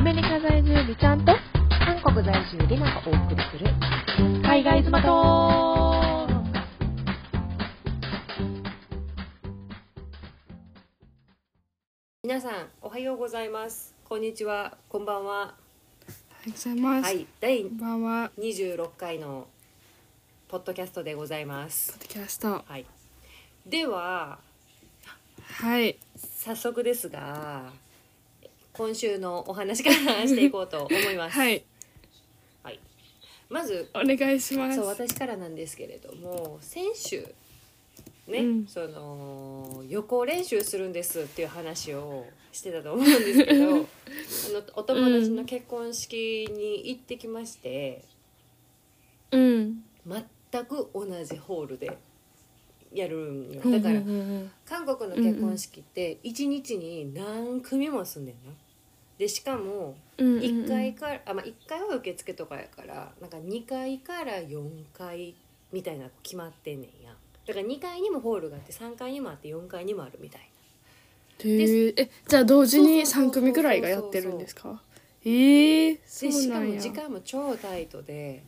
メリカ在住美ちゃんと韓国在住リナがお送りする海外妻と皆さんおはようございます、こんにちは、こんばんは。 おはようございます。 はい、第こんばんは。 26回のポッドキャストでございまポす。 ッドキャスト。 はい、でははい。 早速ですが今週のお話からしていこうと思います。 はい。 はい、まずお願いします。 そう私からなんですけれども、先週ね、その予行練習するんですっていう話をしてたと思うんですけどお友達の結婚式に行ってきまして、全く同じホールでやるんよ。だから韓国の結婚式って1日に何組もすんねんな。でしかも1階から、1階は受付とかやからなんか2階から4階みたいな決まってんねんや。だから2階にもホールがあって3階にもあって4階にもあるみたいな。 じゃあ同時に3組くらいがやってるんですか？そうでなんや。 しかも時間も超タイトで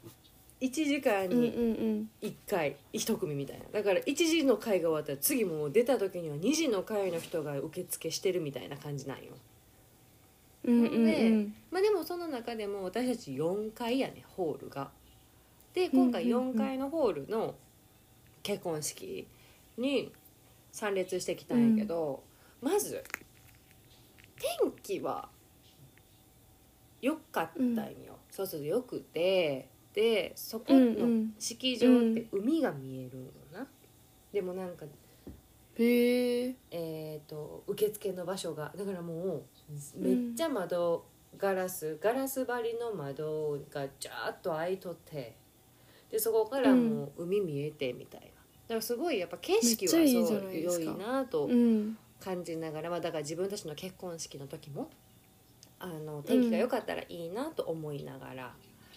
1時間に1回1組みたいな。だから1時の会が終わったら次もう出た時には2時の会の人が受付してるみたいな感じなんよ。でもその中でも私たち4階やね、ホールが。で今回4階のホールの結婚式に参列してきたんやけど、まず天気は良かったんよ。そうそうよくて、でそこの式場って海が見えるんよな。でもなんか受付の場所がだからもうめっちゃガラス張りの窓がジャーッと開いとって、でそこからもう海見えてみたいな。だからすごいやっぱ景色はそう良いなと感じながら、だから自分たちの結婚式の時も天気が良かったらいいなと思いながら、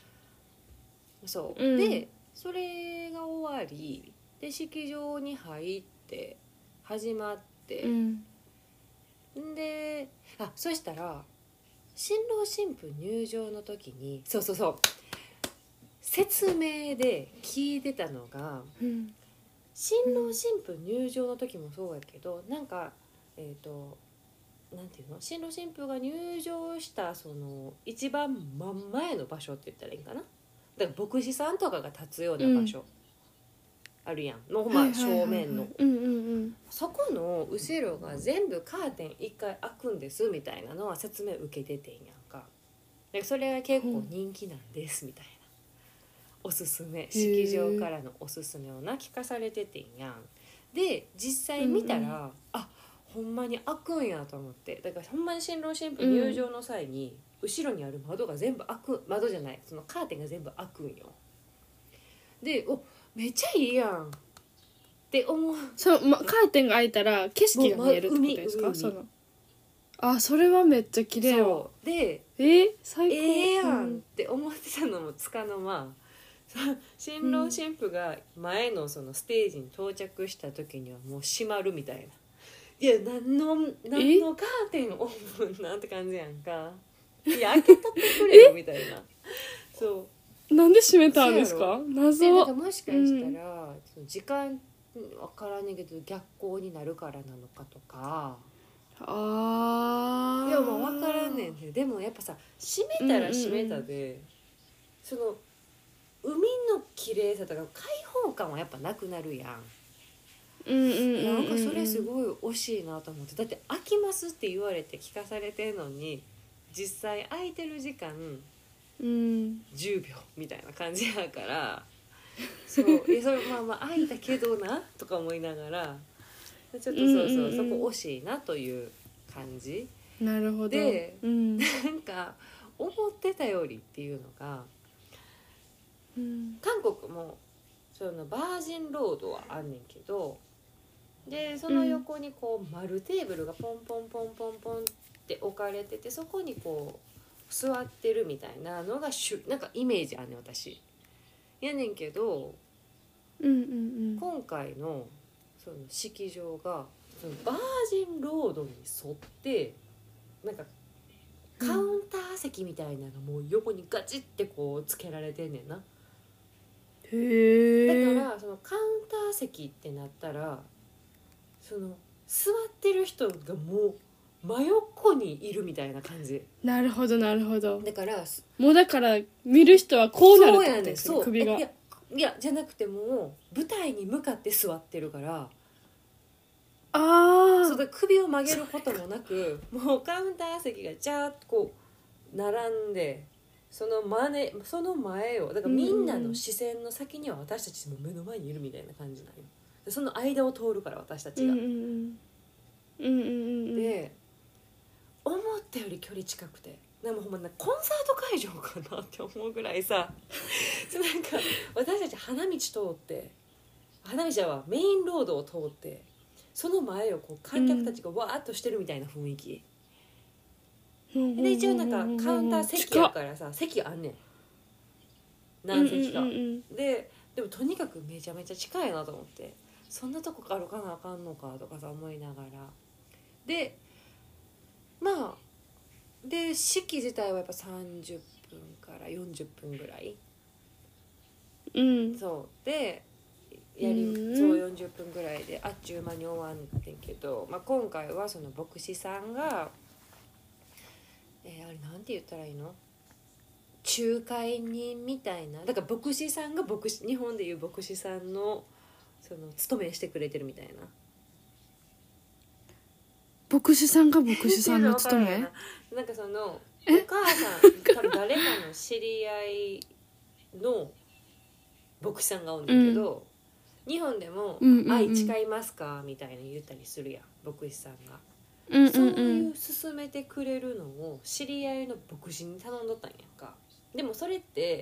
でそれが終わりで式場に入って始まって、でそしたら新郎新婦入場の時に説明で聞いてたのが、新郎新婦入場の時もそうやけど、なんかなんていうの、新郎新婦が入場したその一番真ん前の場所って言ったらいいんかな。だから牧師さんとかが立つような場所、あるやんの、正面のそこの後ろが全部カーテン1回開くんですみたいなのは説明受けててんやんか。でそれが結構人気なんですみたいな、おすすめ、式場からのおすすめを聞かされててんやん。で実際見たら、ほんまに開くんやと思って。だからほんまに新郎新婦入場の際に、後ろにある窓が全部開く、窓じゃない、そのカーテンが全部開くんよ。でめっちゃいいやんって思う。 カーテンが開いたら景色が見えるってことですか？それはめっちゃ綺麗よ。 で最高やんって思ってたのもつかの間、新郎新婦が前のそのステージに到着した時にはもう閉まるみたいな。いや何のカーテンオープンなんて感じやんか。いや開けとってくれよみたいな。 なんで閉めたんですか？謎。 だからもしかしたら、その時間わからんねんけど逆光になるからなのかとか。いやもう分からんねんで、でもやっぱさ閉めたら閉めたで、その海の綺麗さとか開放感はやっぱなくなるやん。なんかそれすごい惜しいなと思って。だって開きますって言われて聞かされてんのに実際空いてる時間10秒みたいな感じやからそれ開いたけどなとか思いながらちょっとそこ惜しいなという感じ。 なるほど。 で、なんか思ってたよりっていうのが、韓国もそのバージンロードはあんねんけど、でその横にこう丸テーブルがポンポンポンポンポンって置かれてて、そこにこう座ってるみたいなのがなんかイメージあんねん私。やねんけど、今回のその式場がそのバージンロードに沿ってなんかカウンター席みたいなのがもう横にガチってこうつけられてんねんな。 へえ。 だからそのカウンター席ってなったらその座ってる人がもう真横にいるみたいな感じなるほどなるほど。 だからもうだから見る人はこうなるってそうやねんことですね、 そう首が。 いやじゃなくてもう舞台に向かって座ってるからあそうだ首を曲げることもなくもうカウンター席がジャーッとこう並んでその前をだからみんなの視線の先には私たちも目の前にいるみたいな感じなんよ。でその間を通るから私たちが、で思ったより距離近くてでもほんまコンサート会場かなって思うぐらいさなんか私たち花道通って花道はメインロードを通ってその前をこう観客たちがわーっとしてるみたいな雰囲気、で一応なんかカウンター席やからさ席あんねん何席か、でもとにかくめちゃめちゃ近いなと思ってそんなとこ歩かなあかんのかとかさ思いながらでまあで式自体はやっぱ30分から40分ぐらい、そうでそう40分ぐらいであっちゅう間に終わんねんけど、今回はその牧師さんがあれなんて言ったらいいの仲介人みたいなだから牧師さんが日本でいう牧師さんのその務めしてくれてるみたいな牧師さんが牧師さんの務めなんかそのお母さん多分誰かの知り合いの牧師さんがおんだけど、日本でも「愛誓いますか?」みたいな言ったりするやん牧師さんが、そういう勧めてくれるのを知り合いの牧師に頼んどったんやんか。でもそれって、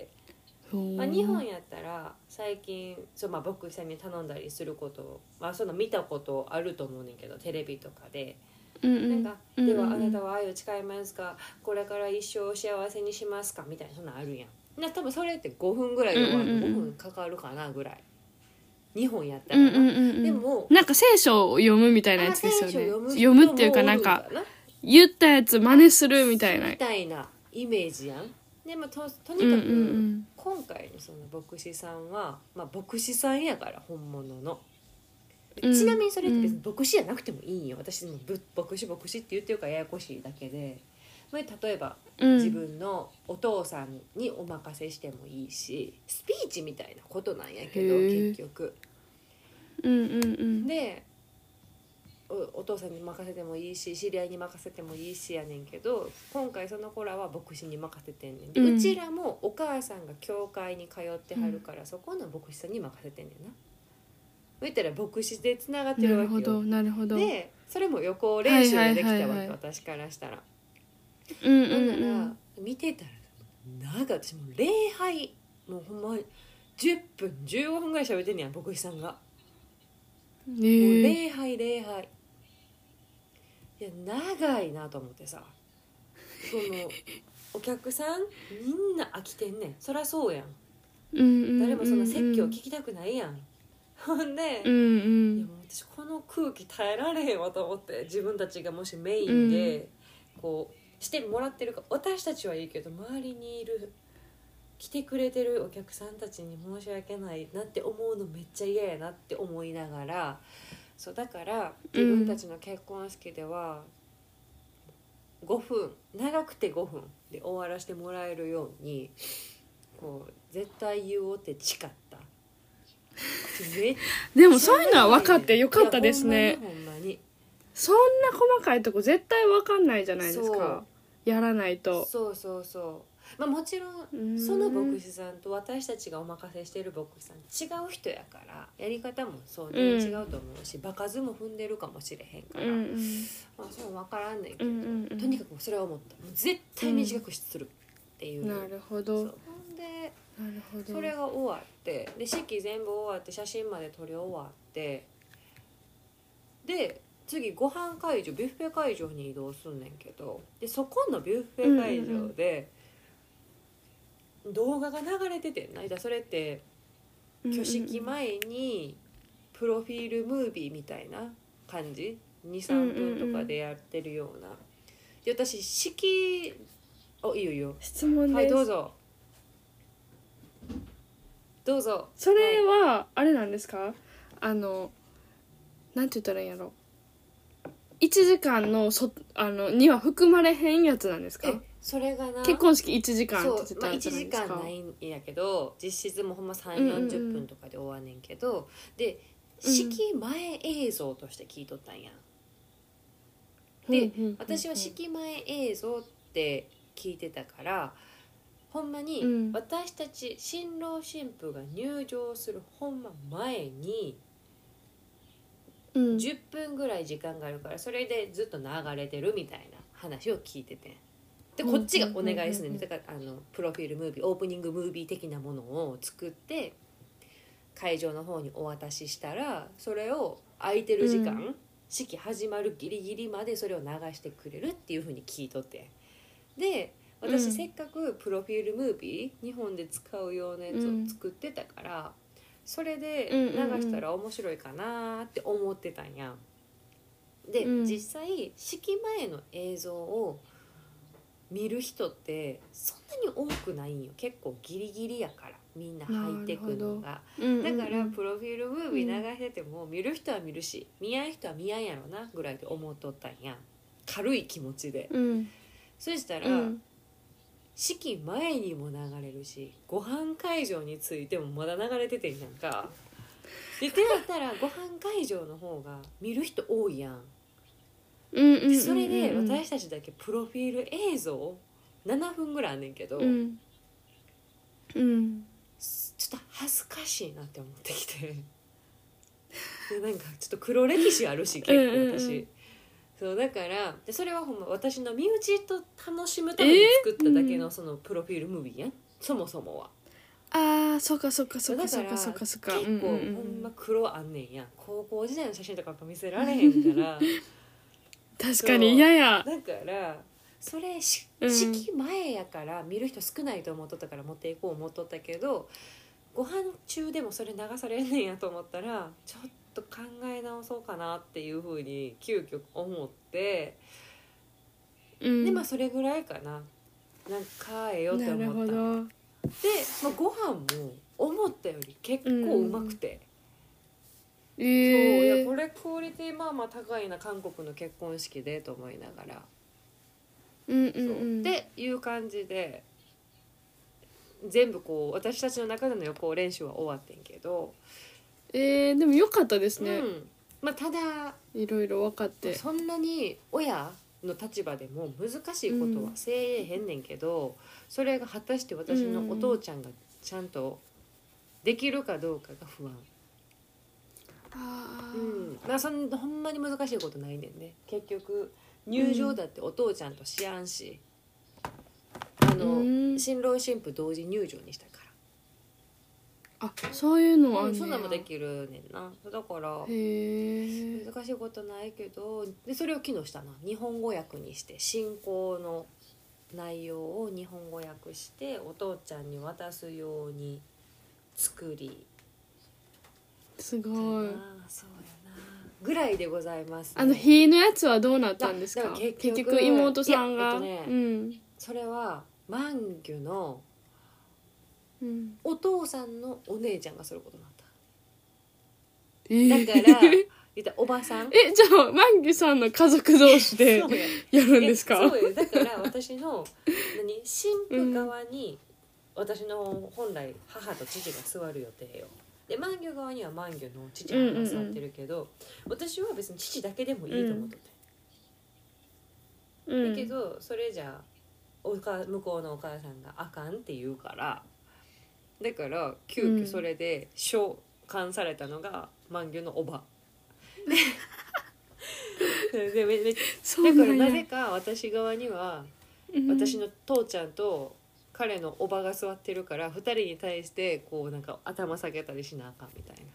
日本やったら最近牧師さんに頼んだりすることを、その見たことあると思うねんけどテレビとかで。なんかではあなたは愛を誓いますかこれから一生幸せにしますかみたいなそんなんあるやん多分それって5分ぐらいで終わる、5分かかるかなぐらい日本やったらな、でもなんか聖書を読むみたいなやつですよね。読むっていうかなんか言ったやつ真似するみたいなみたいなイメージやん。でも とにかく今回のその牧師さんは、牧師さんやから本物のちなみにそれって別に牧師じゃなくてもいいんよ。私も牧師って言ってるからややこしいだけで、例えば、自分のお父さんにお任せしてもいいしスピーチみたいなことなんやけど結局、で お父さんに任せてもいいし知り合いに任せてもいいしやねんけど今回その子らは牧師に任せてんねんで、うちらもお母さんが教会に通ってはるから、そこの牧師さんに任せてんねんな。言ったら牧師でつながってるわけよ。 なるほど。 でそれも予行練習ができたわけ、私からしたら。ほんなら見てたらなんか私も礼拝もうほんま10分15分ぐらい喋ってんねや牧師さんが。もう礼拝いや長いなと思ってさ、そのお客さんみんな飽きてんねん。そりゃそうやん、誰もその説教聞きたくないやん。ほんで、いやもう私この空気耐えられへんわと思って、自分たちがもしメインでこうしてもらってるか、私たちはいいけど周りにいる来てくれてるお客さんたちに申し訳ないなって思うのめっちゃ嫌やなって思いながら、そうだから自分たちの結婚式では5分長くて5分で終わらせてもらえるようにこう絶対言おうって誓った。 でもそういうのは分かってよかったですね。 ほんまにそんな細かいとこ絶対分かんないじゃないですか、やらないと。 そうもちろんその牧師さんと私たちがお任せしている牧師さん違う人やからやり方もそうね、違うと思うし場数も踏んでるかもしれへんから、それも分からんねんけど、とにかくそれは思った。もう絶対短くするっていう、 なるほど。 ほんでそれが終わってで式全部終わって写真まで撮り終わってで次ご飯会場ビュッフェ会場に移動すんねんけど、でそこのビュッフェ会場で動画が流れててんな。それって挙式前にプロフィールムービーみたいな感じ 2,3 分とかでやってるようなで私式いいよいいよ。 質問です、 はいどうぞどうぞ。 それはあれなんですか、なんて言ったらいいんやろ、1時間のには含まれへんやつなんですか。 それがな結婚式1時間って言ってた 1 やつなん時ですか。 間ないんやけど実質もほんま3、40分とかで終わんねんけど、で式前映像として聞いとったんや。で、私は式前映像って聞いてたからほんまに私たち新郎新婦が入場するほんま前に10分ぐらい時間があるからそれでずっと流れてるみたいな話を聞いてて、でこっちがお願いするんで、だからプロフィールムービーオープニングムービー的なものを作って会場の方にお渡ししたらそれを空いてる時間、式始まるギリギリまでそれを流してくれるっていう風に聞いとって、で私せっかくプロフィールムービー日本で使うようなやつを作ってたから、それで流したら面白いかなって思ってたんや。で、実際式前の映像を見る人ってそんなに多くないんよ。結構ギリギリやからみんな入ってくのが、だからプロフィールムービー流してても見る人は見るし見やん人は見やんやろなぐらいで思っとったんや、軽い気持ちで。そしたら、式前にも流れるしご飯会場についてもまだ流れててんやんか。でってなったらご飯会場の方が見る人多いやん。でそれで私たちだけプロフィール映像7分ぐらいあんねんけど、ちょっと恥ずかしいなって思ってきてでなんかちょっと黒歴史あるし結構私。そうだからでそれはほんま私の身内と楽しむために作っただけのそのプロフィールムービーやん、そもそもは。 ああそうかそうかそうかそうかそうかそうか、 結構ほんま黒あんねんや、高校時代の写真とかやっぱ見せられへんから確かに嫌や。 だからそれ式前やから見る人少ないと思っとったから持っていこう思っとったけどご飯中でもそれ流されんねんやと思ったらちょっと考え直そうかなっていうふうに急遽思って、でまあそれぐらいかな、なんか変えようって思った。なるほど。で、まあ、ご飯も思ったより結構うまくて、そういやこれクオリティまあまあ高いな韓国の結婚式でと思いながら、っていう感じで全部こう私たちの中での予行練習は終わってんけど、 でも良かったですね、 まあ、ただいろいろ分かってそんなに親の立場でも難しいことはせえへんねんけど、それが果たして私のお父ちゃんがちゃんとできるかどうかが不安。まあそんほんまに難しいことないねんね。結局入場だってお父ちゃんとしやんし、新郎新婦同時入場にしたから。 あ、そういうのはあんねや。 そんなんもできるねんな。だから難しいことないけど、でそれを機能したな。日本語訳にして進行の内容を日本語訳してお父ちゃんに渡すように作り。 すごい。 そうやなぐらいでございます、 ね。火のやつはどうなったんですか。結局妹さんが、 それは万魚のお父さんのお姉ちゃんがすることになった。だから言ったおばさん。 じゃあ万魚さんの家族同士でやるんですか。 そうよ。だから私の新婦側に私の本来母と父が座る予定よ。で万魚側には万魚の父母が座ってるけど、私は別に父だけでもいいと思ってて、だけどそれじゃ向こうのお母さんがあかんって言うから、だから急遽それで召喚されたのが万魚のおばでだからなぜか私側には私の父ちゃんと彼のおばが座ってるから2人に対してこうなんか頭下げたりしなあかんみたいな。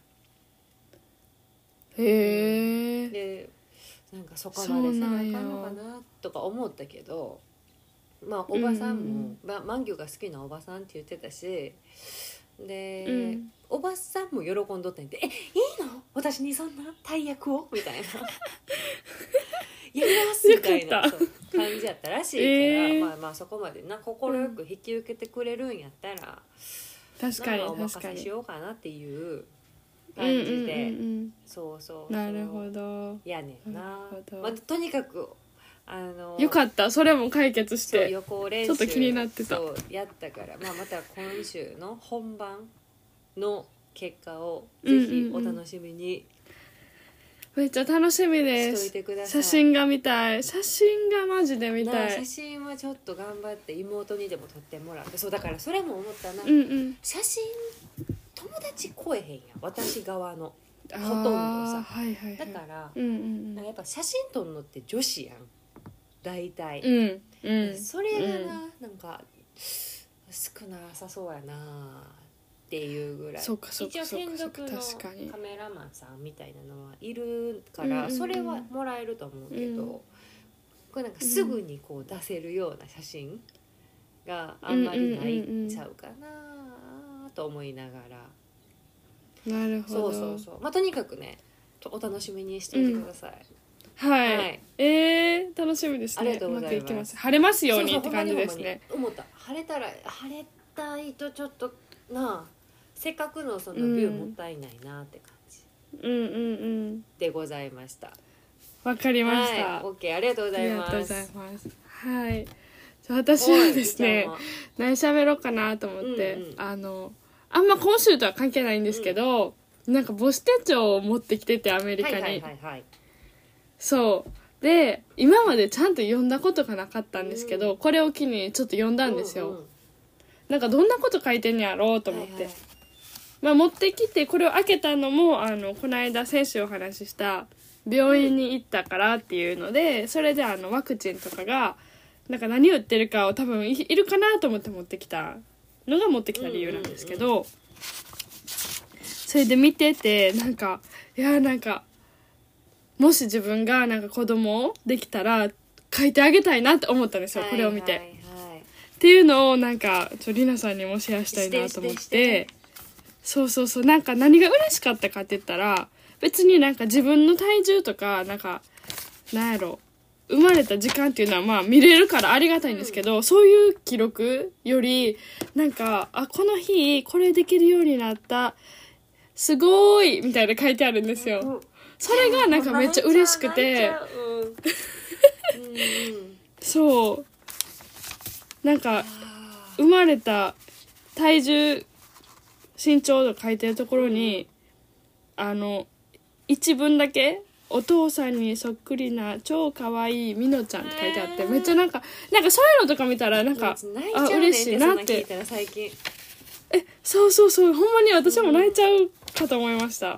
へえ。 でなんかそこまでせなあかんのかなとか思ったけど、まあおばさんも、万魚が好きなおばさんって言ってたし、で、おばさんも喜んどったんで、いいの私にそんな大役をみたいなやりますみたいな。 感じやったらしいから、まあそこまでな快く引き受けてくれるんやったら、 確かにお任確かにせしようかなっていう感じで、そうなるほどやねんな。 なるほどまあ、とにかくよかった、それも解決しそうて予行練習ちょっと気になってた。 そうやったから、また今週の本番の結果をぜひお楽しみにめっちゃ楽しみでしといす。 てください。 写真が見たい、写真がマジで見たい。 写真はちょっと頑張って妹にでも撮ってもらって、そうだからそれも思ったな、写真友達来えへんやん、私側のほとんどさ、 はいはいはい、 だから、 なんかやっぱ写真撮るのって女子やん大体、それがなんか少なさそうやなっていうぐらい、 そうかそうか一応専属の確かにカメラマンさんみたいなのはいるから、それはもらえると思うけど、これなんかすぐにこう出せるような写真があんまりないっちゃうかなと思いながら、 なるほど。 そうとにかくねお楽しみにしておいてください、 はい、 はい楽しみですね。 ありがとうございます。 うまくいきます。晴れますようにって感じですね。 思った晴れたいとちょっとなあ、せっかくのそのビューもったいないなって感じでございました。 わかりました。 はい、OK、ありがとうございます。 ありがとうございます。はい。私はですね、何喋ろうかなと思って、あんま今週とは関係ないんですけど、なんか母子手帳を持ってきててアメリカに。そうで今までちゃんと読んだことがなかったんですけど、これを機にちょっと読んだんですよ。なんかどんなこと書いてんやろうと思って、持ってきて、これを開けたのもこの間先週お話しした病院に行ったからっていうので、それでワクチンとかがなんか何を売ってるかを多分いるかなと思って持ってきたのが持ってきた理由なんですけど、それで見ててなんかもし自分がなんか子供できたら書いてあげたいなって思ったんですよ、これを見て。っていうのをなんかりなさんにもシェアしたいなと思って、そうなんか何が嬉しかったかって言ったら、別になんか自分の体重とかなんかなんやろ生まれた時間っていうのはまあ見れるからありがたいんですけど、そういう記録よりなんかこの日これできるようになったすごいみたいな書いてあるんですよ。それがなんかめっちゃ嬉しくてそうなんか生まれた体重身長と書いてるところに一文だけお父さんにそっくりな超かわいいみのちゃんって書いてあって、めっちゃなんかそういうのとか見たらなんか嬉しいなって。そうほんまに私も泣いちゃうかと思いました。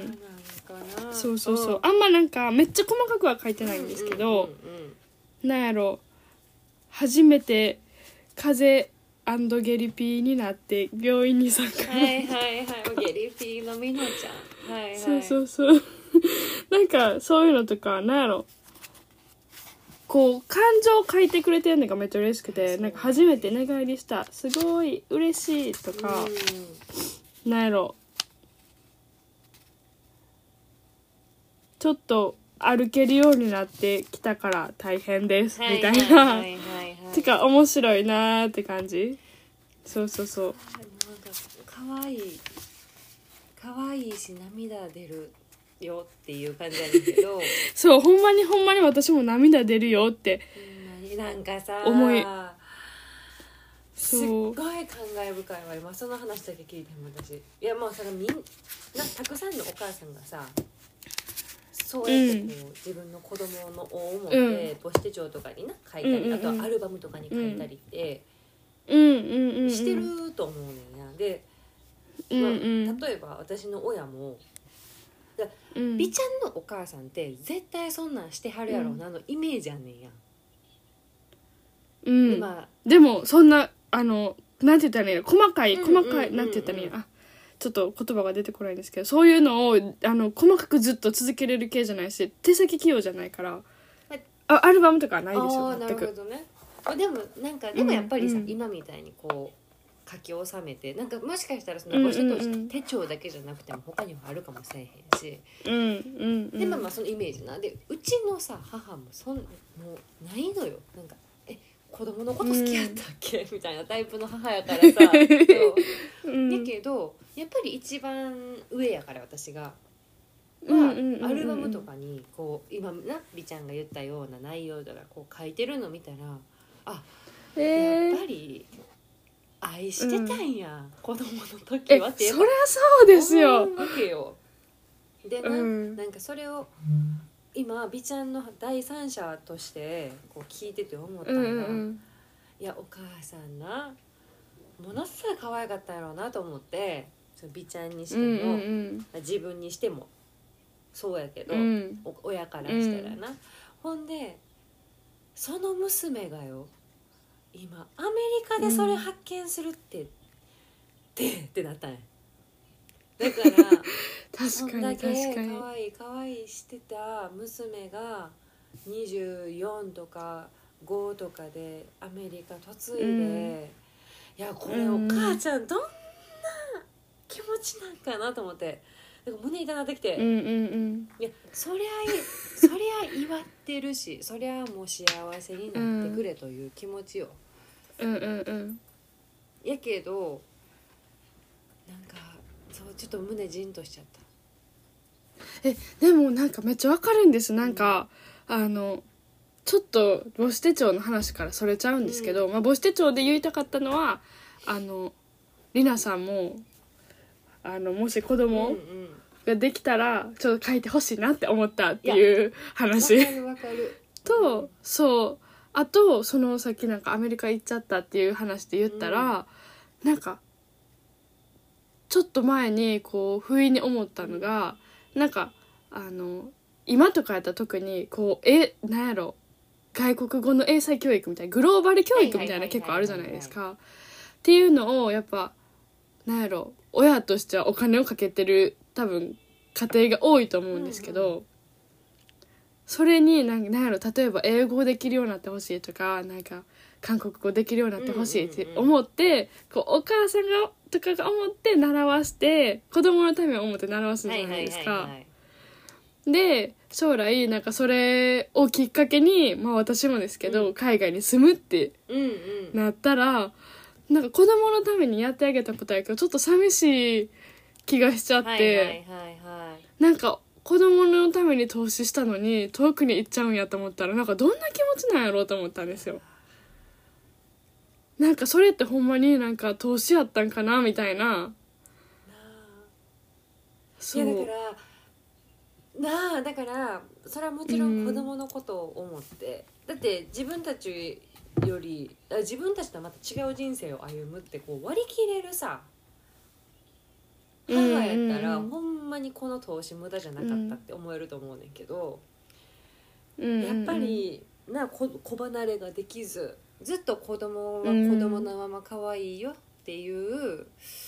そうあんまなんかめっちゃ細かくは書いてないんですけど、なんやろ初めて風邪ゲリピーになって病院に参加ゲリピーのみのちゃんそうなんかそういうのとかなんやろこう感情を書いてくれてるのがめっちゃ嬉しくて、なんか初めて寝返りしたすごい嬉しいとか、なんやろちょっと歩けるようになってきたから大変ですみたいなてか面白いなーって感じ。そうなんかかわいいし涙出るよっていう感じなんだけどそうほんまに私も涙出るよってなんかさ思いすっごい感慨深いわ。今その話だけ聞いても私いやもうそれたくさんのお母さんがさそうやってこう、自分の子供のを思って母子手帳とかに書いたり、あとはアルバムとかに書いたりってしてると思うねんや。で、例えば私の親も美ちゃんのお母さんって絶対そんなんしてはるやろなのイメージあんねんや。 でもそんななんて言ったらいいの細かいなんて言ったらいいのちょっと言葉が出てこないんですけど、そういうのを細かくずっと続けれる系じゃないし手先器用じゃないからアルバムとかはないですよ全く。 なるほどね。でもやっぱりさ、今みたいにこう書き収めて、なんかもしかしたらその母子手帳だけじゃなくても他にもあるかもしれへんし、でまあそのイメージなで、うちのさ母ももうないのよ。なんか子供のこと好きやったっけ、みたいなタイプの母やからさだけどやっぱり一番上やから私がアルバムとかにこう今な美ちゃんが言ったような内容とかこう書いてるの見たら、やっぱり愛してたんや、子供の時はってそりゃそうですよ。 思うわけよ。でなんかそれを今美ちゃんの第三者としてこう聞いてて思ったのが、いやお母さんなものすごい可愛かったやろうなと思って、その美ちゃんにしても、自分にしてもそうやけど、親からしたらな、ほんでその娘がよ今アメリカでそれ発見するってなったんや。だからそんだけ可愛いしてた娘が24とか5とかでアメリカ嫁いで、いやこれお母ちゃんどんな気持ちなんかなと思って、なんか胸痛なってきて、いやそりゃ祝ってるし、そりゃもう幸せになってくれという気持ちよ。やけどなんかそうちょっと胸じんとしちゃった。 でもなんかめっちゃわかるんです。なんか、ちょっと母子手帳の話からそれちゃうんですけど、母子手帳で言いたかったのはりなさんももし子供ができたらちょっと書いてほしいなって思ったっていう話わかると、そうあとそのさっきなんかアメリカ行っちゃったっていう話で言ったら、なんかちょっと前にこう不意に思ったのが、なんか今とかやったら特にこうなんやろ外国語の英才教育みたいなグローバル教育みたいな結構あるじゃないですか。っていうのをやっぱなんやろ親としてはお金をかけてる多分家庭が多いと思うんですけど、それになんやろ例えば英語できるようになってほしいとか、なんか韓国語できるようになってほしいって思って、こうお母さんがとかが思って習わせて、子供のためを思って習わすじゃないですか。で将来なんかそれをきっかけに、私もですけど、海外に住むってなったら、なんか子供のためにやってあげたことやけどちょっと寂しい気がしちゃって、なんか子供のために投資したのに遠くに行っちゃうんやと思ったら、なんかどんな気持ちなんやろうと思ったんですよ。なんかそれってほんまになんか投資やったんかなみたいな。 そういやだからそれはもちろん子供のことを思って、だって自分たちより自分たちとはまた違う人生を歩むってこう割り切れるさ母やったら、ほんまにこの投資無駄じゃなかったって思えると思うねんけど、やっぱり子離れができずずっと子供は子供のまま可愛いよっていう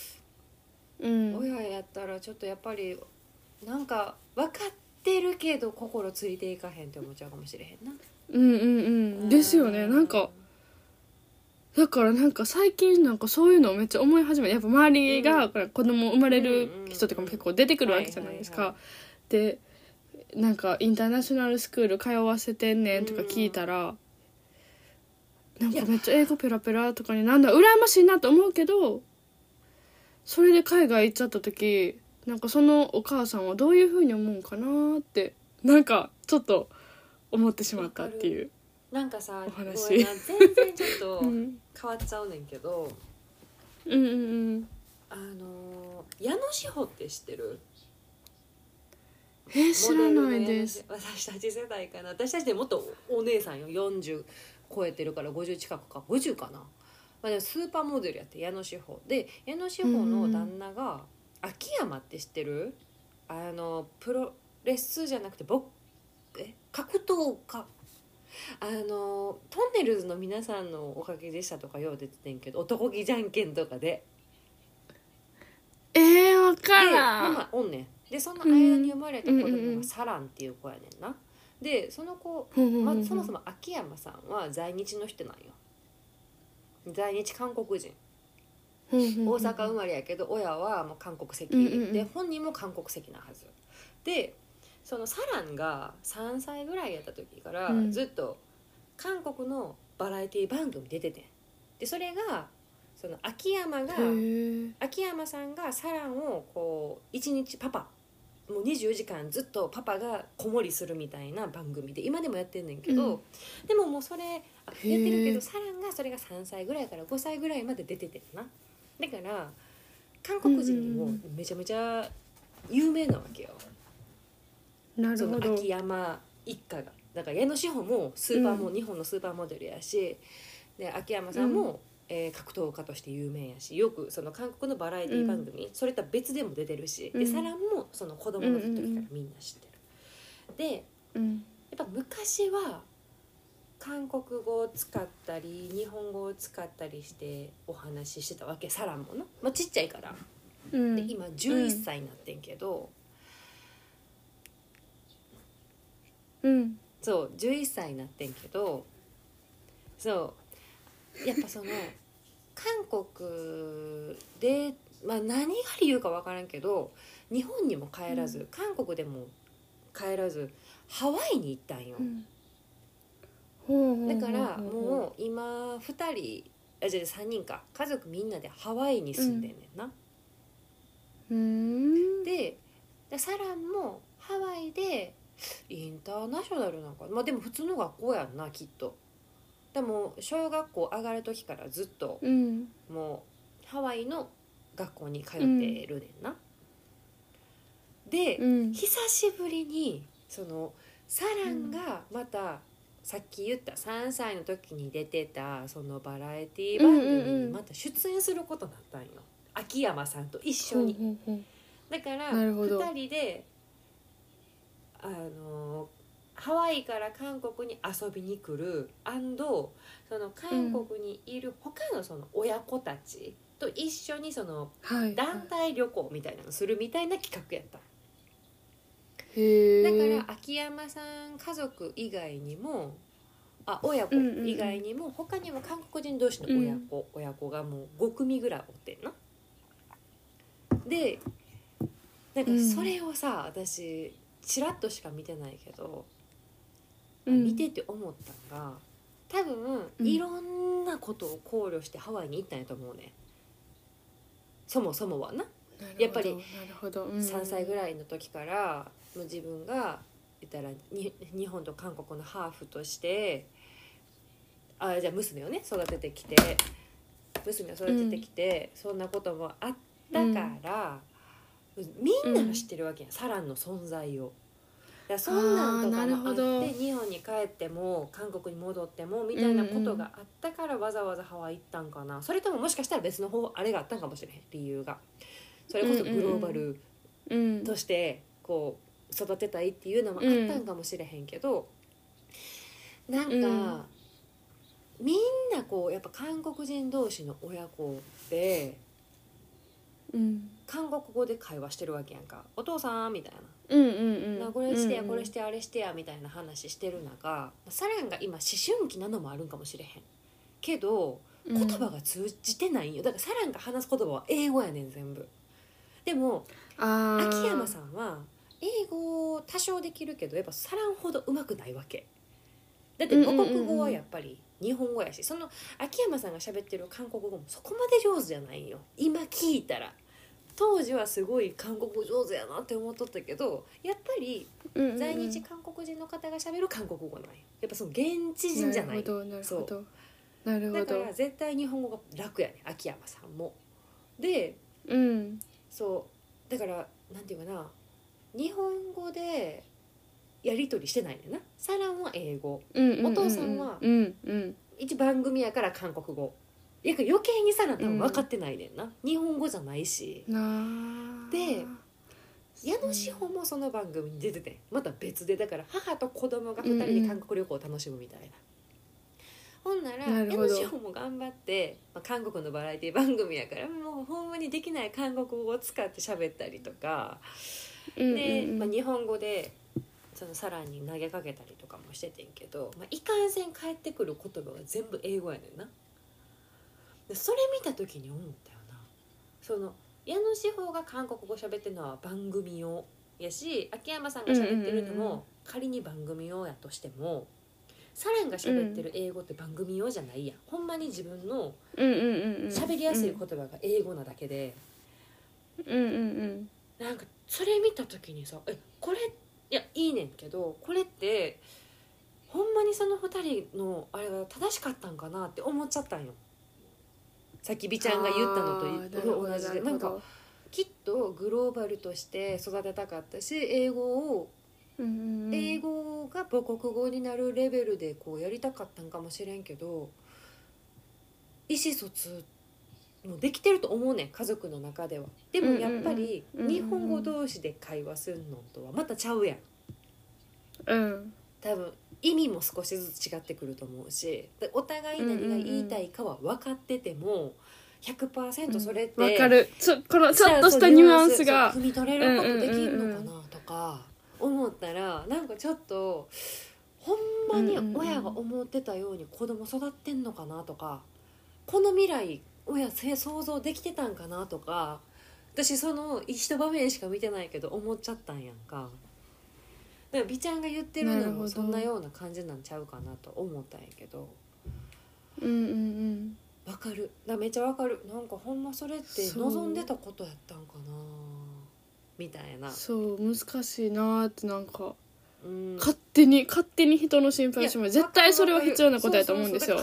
親やったら、ちょっとやっぱりなんか分かってるけど心ついていかへんって思っちゃうかもしれへんな。 ですよね。なんかだからなんか最近なんかそういうのをめっちゃ思い始めて、やっぱ周りが子供生まれる人とかも結構出てくるわけじゃないですか。でなんかインターナショナルスクール通わせてんねんとか聞いたら、なんかめっちゃ英語ペラペラとかになんだ羨ましいなと思うけど、それで海外行っちゃった時なんかそのお母さんはどういう風に思うんかなってなんかちょっと思ってしまったっていう。 なんかさお話全然ちょっと変わっちゃうねんけど、矢野志保って知ってる？ 知らないです。 私たち世代かな。私たちでもっとお姉さんよ、40超えてるから50近くか50かな、でもスーパーモデルやって矢野志保で、矢野志保の旦那が秋山って知ってる？プロレスじゃなくて格闘家、トンネルズの皆さんのおかげでしたとかよう出ててんけど、男気じゃんけんとかでわからん。 おんねん。でその間に生まれた子供がサランっていう子やねんな。でその子、そもそも秋山さんは在日の人なんよ。在日韓国人大阪生まれやけど親はもう韓国籍、で本人も韓国籍なはずで、そのサランが3歳ぐらいやった時からずっと韓国のバラエティ番組出ててん。でそれがその秋山さんがサランをこう一日パパもう24時間ずっとパパが子守りするみたいな番組で今でもやってんねんけど、でももうそれやってるけどサランがそれが3歳ぐらいから5歳ぐらいまで出ててんな。だから韓国人にもめちゃめちゃ有名なわけよ。 なるほど。 その秋山一家がだから矢野志保もスーパーも、日本のスーパーモデルやし、で秋山さんも、格闘家として有名やし、よくその韓国のバラエティ番組、それとは別でも出てるし、でサランもその子供の時からみんな知ってる。で、やっぱ昔は韓国語を使ったり日本語を使ったりしてお話ししてたわけ、サランもな、まあ、ちっちゃいから、で今11歳になってんけど、そう11歳になってんけど、そうやっぱその韓国で、まあ、何が理由か分からんけど日本にも帰らず、韓国でも帰らずハワイに行ったんよ、だからもう今2人じゃあ3人か家族みんなでハワイに住んでんねんな、でサランもハワイでインターナショナルなんか、まあでも普通の学校やんなきっと。でも小学校上がる時からずっと、もうハワイの学校に通ってるねんな、で、久しぶりにそのサランがまた、さっき言った3歳の時に出てたそのバラエティ番組にまた出演することになったんよ、秋山さんと一緒に、だから2人でハワイから韓国に遊びに来るその韓国にいる他のその親子たちと一緒にその団体旅行みたいなのするみたいな企画やった。だから秋山さん家族以外にも親子以外にも他にも韓国人同士の親子がもう5組ぐらいおってんな。でなんかそれをさ、私チラッとしか見てないけど、見てて思ったのが多分いろんなことを考慮してハワイに行ったんやと思うね。そもそもはなやっぱり3歳ぐらいの時からもう自分が言ったら日本と韓国のハーフとしてじゃあ娘をね育ててきてそんなこともあったから、みんなが知ってるわけやん、サランの存在を。だそんなんとかもあって日本に帰っても韓国に戻ってもみたいなことがあったからわざわざハワイ行ったんかな、それとももしかしたら別のあれがあったんかもしれへん、理由が。それこそグローバルとしてこう育てたいっていうのもあったんかもしれへんけど、なんかみんなこうやっぱ韓国人同士の親子で韓国語で会話してるわけやんか。お父さんみたいな、これしてやこれしてあれしてやみたいな話してる中、サランが今思春期なのもあるんかもしれへんけど言葉が通じてないんよ。だからサランが話す言葉は英語やねん全部。でも秋山さんは英語多少できるけどやっぱサランほど上手くないわけだって。母国語はやっぱり日本語やし、その秋山さんが喋ってる韓国語もそこまで上手じゃないんよ今聞いたら。当時はすごい韓国語上手やなって思っとったけど、やっぱり在日韓国人の方が喋る韓国語ない、やっぱその現地人じゃない。 なるほどだから絶対日本語が楽やね秋山さんも。で、そうだからなんていうかな、日本語でやり取りしてないねんな。サランは英語、お父さんは一番組やから韓国語。余計にサラン多分分かってないねんな、日本語じゃないし。で矢野志保もその番組に出ててまた別で、だから母と子供が2人で韓国旅行を楽しむみたいな、ほんなら矢野志保も頑張って、韓国のバラエティ番組やからもうほんまにできない韓国語を使って喋ったりとかで、日本語でそのサランに投げかけたりとかもしててんけど、いかんせん返ってくる言葉が全部英語やねんな。でそれ見た時に思ったよな、 その矢野志保が韓国語喋ってるのは番組用やし、秋山さんが喋ってるのも仮に番組用やとしても、サランが喋ってる英語って番組用じゃないやん。ほんまに自分の喋りやすい言葉が英語なだけで、なんかそれ見た時にさ、これいやいいねんけど、これってほんまにその2人のあれが正しかったんかなって思っちゃったんよ。さっき美ちゃんが言ったのと同じで、なんかきっとグローバルとして育てたかったし、英語が母国語になるレベルでこうやりたかったんかもしれんけど、意思疎通もできてると思うねん、家族の中では。でもやっぱり日本語同士で会話するのとはまたちゃうやん。多分意味も少しずつ違ってくると思うし、お互い何が言いたいかは分かってても 100% それって分かる。このちょっとしたニュアンスが汲み取れることできるのかなとか思ったら、なんかちょっとほんまに親が思ってたように子供育ってんのかなとか、この未来親想像できてたんかなとか、私その一場面しか見てないけど思っちゃったんやんか。だから美ちゃんが言ってるのもそんなような感じなんちゃうかなと思ったんやけど、わかる。めっちゃわかる。なんかほんまそれって望んでたことやったんかなみたいな。 そう難しいなって、なんか、勝手に人の心配します。絶対それは必要なことやと思うんですよ。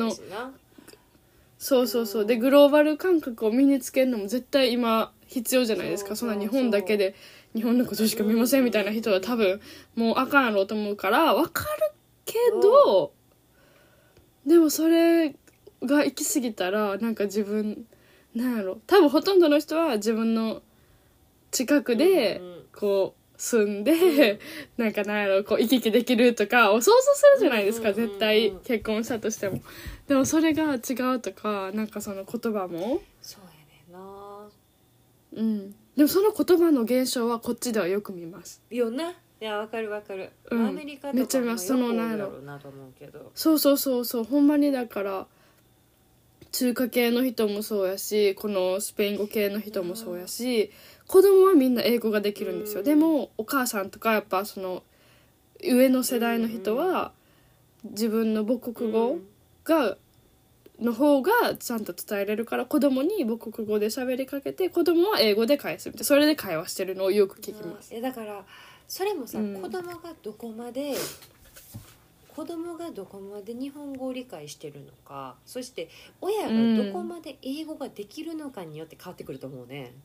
そうでグローバル感覚を身につけるのも絶対今必要じゃないですか。そんな日本だけで日本のことしか見ませんみたいな人は多分もうあかんやろうと思うから分かるけど、でもそれが行き過ぎたらなんか自分なんやろ、多分ほとんどの人は自分の近くでこう住んで、なんかなんやろこう行き来できるとかを想像するじゃないですか、絶対結婚したとしても。でもそれが違うとか、なんかその言葉もそうやねんな。でもその言葉の現象はこっちではよく見ますよな。いやわかる、アメリカとかもよく多いだろうなと思うけど、 そうほんまに。だから中華系の人もそうやし、このスペイン語系の人もそうやし、子供はみんな英語ができるんですよ。でもお母さんとかやっぱその上の世代の人は自分の母国語の方がちゃんと伝えれるから、子供に母国語で喋りかけて子供は英語で返すみたいな、それで会話してるのをよく聞きます。 だからそれもさ、子供がどこまで日本語を理解してるのか、そして親がどこまで英語ができるのかによって変わってくると思うね。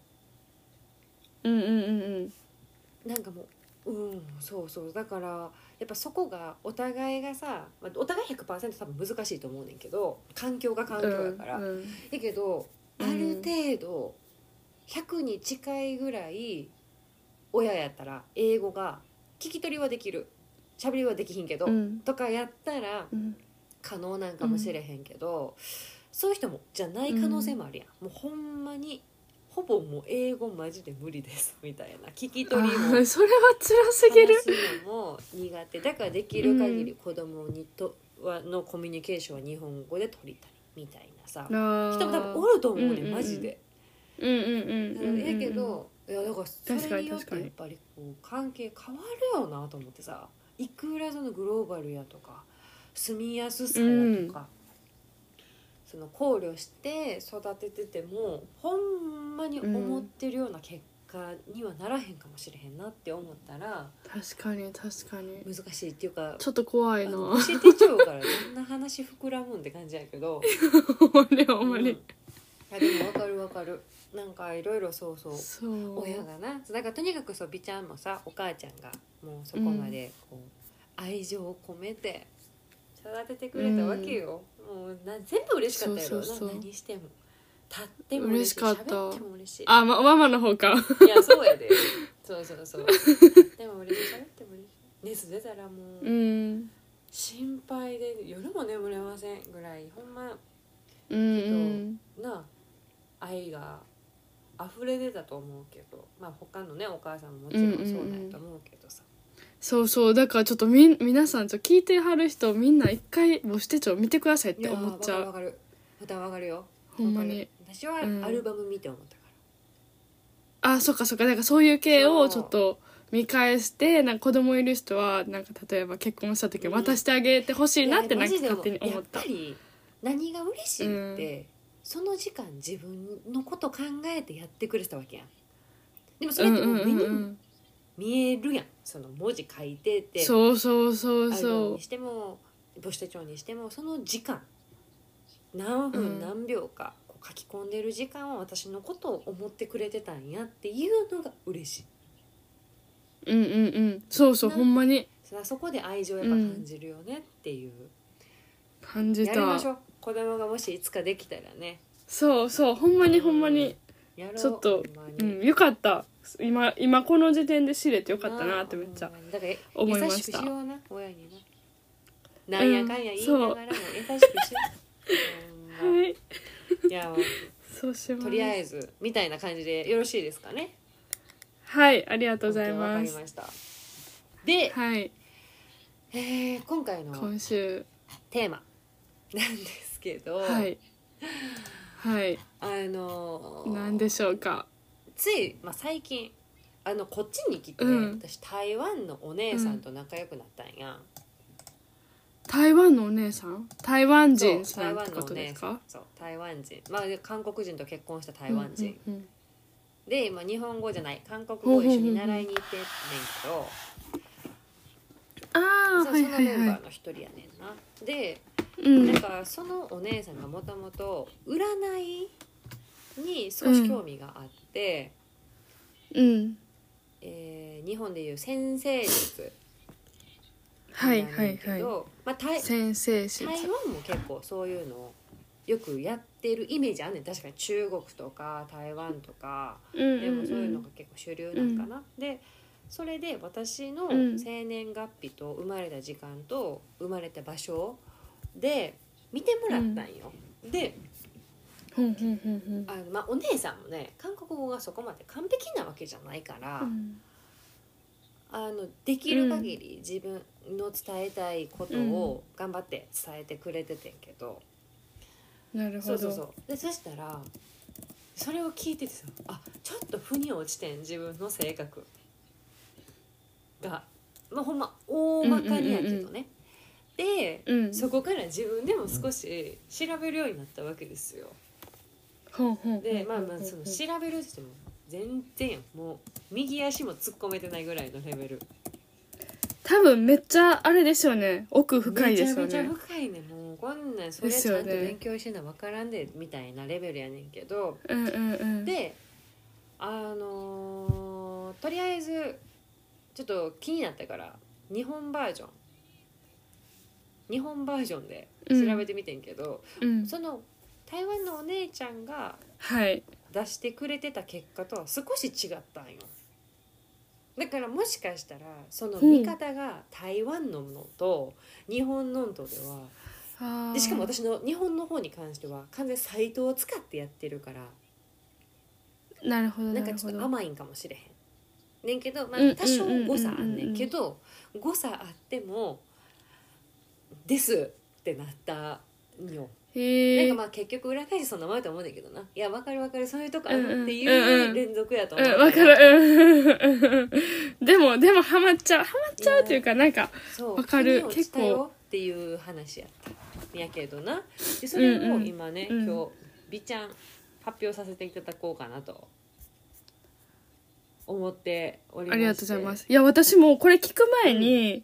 なんかもうそうだからやっぱそこがお互いがさ、お互い 100% 多分難しいと思うねんけど、環境が環境やから、だけどある程度100に近いぐらい親やったら英語が聞き取りはできる、喋りはできひんけど、とかやったら可能なんかもしれへんけど、そういう人もじゃない可能性もあるやん。もうほんまにほぼもう英語マジで無理ですみたいな、聞き取りもそれは辛すぎる。 話すのも苦手だからできる限り子供にのコミュニケーションは日本語で取りたいみたいなさ人も多分おると思うね、マジで。やけど、いやだからそれによってやっぱりこう関係変わるよなと思ってさ、いくらそのグローバルやとか住みやすさやとか、その考慮して育てててもほんまに思ってるような結果にはならへんかもしれへんなって思ったら、 確かに難しいっていうか、 ちょっと怖いな。 教えてちゃうからどんな話膨らむんって感じやけどほんまに、 でもわかる。なんかいろいろそう親がな、だからとにかく美ちゃんもさ、お母ちゃんがもうそこまでこう愛情を込めて育ててくれたわけよ。もう全部嬉しかったやろ。何しても立っても嬉しい、喋っても嬉しい。 ママの方か。 いやそうやで。そう立っても嬉しい、喋っても嬉しい。熱出たらもう、心配で夜も眠れませんぐらいほんまな愛が溢れ出たと思うけど、他のねお母さんももちろんそうだと思うけどさ、 そうだからちょっと皆さん聞いてはる人みんな一回母子手帳見てくださいって思っちゃう。 わかるよ。 ほんまに。 私はアルバム見て思ったかあ、そっかそっか。なんかそういう系をちょっと見返して、なんか子供いる人はなんか例えば結婚した時渡してあげてほしいなってなんか勝手に思った。 やっぱり何が嬉しいって、その時間自分のこと考えてやってくれてたわけやん。でもそれってもう目に見えるやん、その文字書いてて、 そうそうそうアルバそうムにしても母子手帳にしても、その時間何分何秒かこう書き込んでる時間は私のことを思ってくれてたんやっていうのが嬉しい。 うんうんうん、そうそう、ほんまにそこで愛情やっぱ感じるよねっていう、 感じた。 やりましょう、子供がもしいつかできたらね。 そうそう、ほんまにほんまに、 やろう、 ちょっと、 ほんまに、 よかった。今この時点で知れてよかったなってめっちゃだから思いました。 優しくしような、親にな、なんやかんや言いながらも優しくしよう、 はい、 いやそうします。 とりあえずみたいな感じでよろしいですかね。 はい、ありがとうございます。 わかりました。で、 はい、 今回の今週テーマなんですけど、 はいはい何でしょうか。 つい、最近こっちに来て、私台湾のお姉さんと仲良くなったんや、 台湾のお姉さん、台湾人さんってことですか。 そう、台湾人、韓国人と結婚した台湾人、で今日本語じゃない韓国語を一緒に習いに行ってんねんけど、そのメンバーの一人やねんな。で、なんかそのお姉さんがもともと占いに少し興味があって、日本でいう占星術なんだけど、 先生術、 台湾も結構そういうのをよくやってるイメージあんねん。確かに中国とか台湾とかでもそういうのが結構主流なんかな、でそれで私の生年月日と生まれた時間と生まれた場所で見てもらったんよ、でお姉さんもね韓国語がそこまで完璧なわけじゃないから、できる限り自分の伝えたいことを頑張って伝えてくれててんけど、 なるほど。 そうで、そしたらそれを聞いててさ、ちょっと腑に落ちてん、自分の性格が、ほんま大まかにやけどね、で、そこから自分でも少し調べるようになったわけですよ。でその調べるって言っても全然もう右足も突っ込めてないぐらいのレベル。 多分めっちゃあれですよね、奥深いですよね。 めちゃめちゃ深いね。もうこんなんそれちゃんと勉強してんの分からんでみたいなレベルやねんけど、でとりあえずちょっと気になったから日本バージョンで調べてみてんけど、その台湾のお姉ちゃんが出してくれてた結果とは少し違ったんよ。だからもしかしたらその見方が台湾ののと日本のとでは、でしかも私の日本の方に関しては完全にサイトを使ってやってるから、 なるほど、 なんかちょっと甘いんかもしれへんねんけど、多少誤差あんねんけど、誤差あってもですってなったんよ。なんか結局裏返しそんなもんやと思うんだけどな。いや分かるそういうとこあるっていう連続やと思うから、 分かる、でもハマっちゃうっていうか、なんか分かる、結構っていう話やったんやけどな。でそれを今ね、今日美ちゃん発表させていただこうかなと思っておりまして。 ありがとうございます。いや私もこれ聞く前に、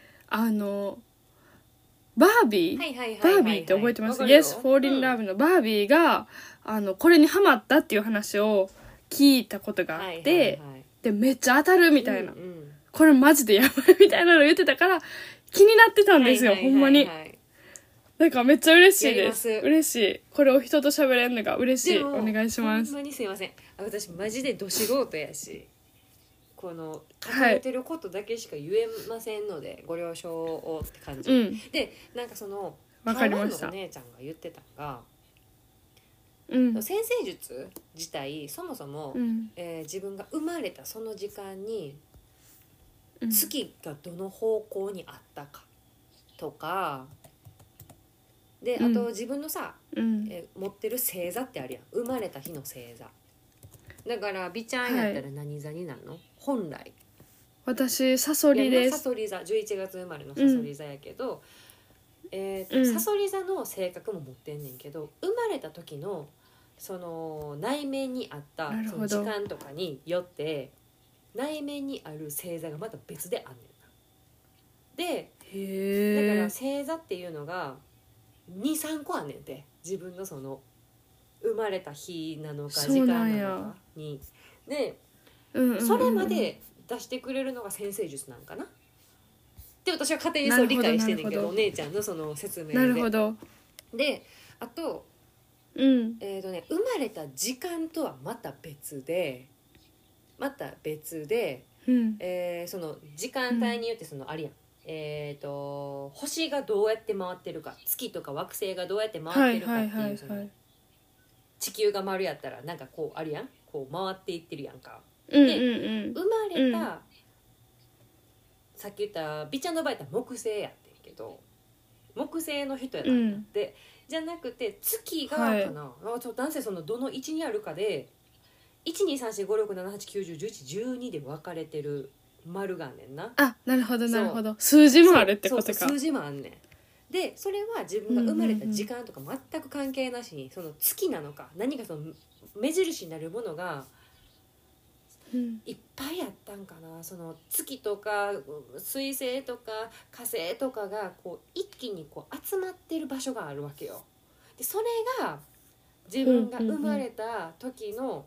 バービーって覚えてます？ Yes, Fall in Love のバービーがこれにハマったっていう話を聞いたことがあって、でめっちゃ当たるみたいな、これマジでやばいみたいなの言ってたから気になってたんですよ、ほんまに。なんかめっちゃ嬉しいです。嬉しい。これを人と喋れるのが嬉しい。お願いします。 ほんまにすいません、私マジでど素人やし、この書かれてることだけしか言えませんので、ご了承をって感じ、でなんかその台湾のお姉ちゃんが言ってたのが、占星術自体そもそも、自分が生まれたその時間に月がどの方向にあったかとかで、あと自分のさ、持ってる星座ってあるやん、生まれた日の星座。 だから美ちゃんやったら何座になるの、本来。 私サソリです。 サソリ座、11月生まれのサソリ座やけど、サソリ座の性格も持ってんねんけど、生まれた時のその内面にあったその時間とかによって内面にある星座がまた別であんねんな。でだから星座っていうのが 2,3 個あんねんて、自分のその生まれた日なのか時間なのかに。で、それまで出してくれるのが占星術なんかなって私は勝手にそう理解してんねんけど、お姉ちゃんのその説明で。 なるほど。 であと、生まれた時間とはまた別で、その時間帯によってそのありやん、星がどうやって回ってるか、月とか惑星がどうやって回ってるかっていう、その地球が丸やったらなんかこうあるやん、こう回っていってるやんか。で、生まれた、さっき言った美ちゃんの場合やったら木星やってんけど、木星の人やったんだって、じゃなくて月がかな、男性そのどの位置にあるかで 1,2,3,4,5,6,7,8,9,10,11,12 で分かれてる丸があんねんな。 あ、なるほどなるほど。数字もあるってことか。 そう数字もあんねん。でそれは自分が生まれた時間とか全く関係なしに、その月なのか何かその目印になるものがいっぱいあったんかな。その月とか水星とか火星とかがこう一気にこう集まってる場所があるわけよ。でそれが自分が生まれた時の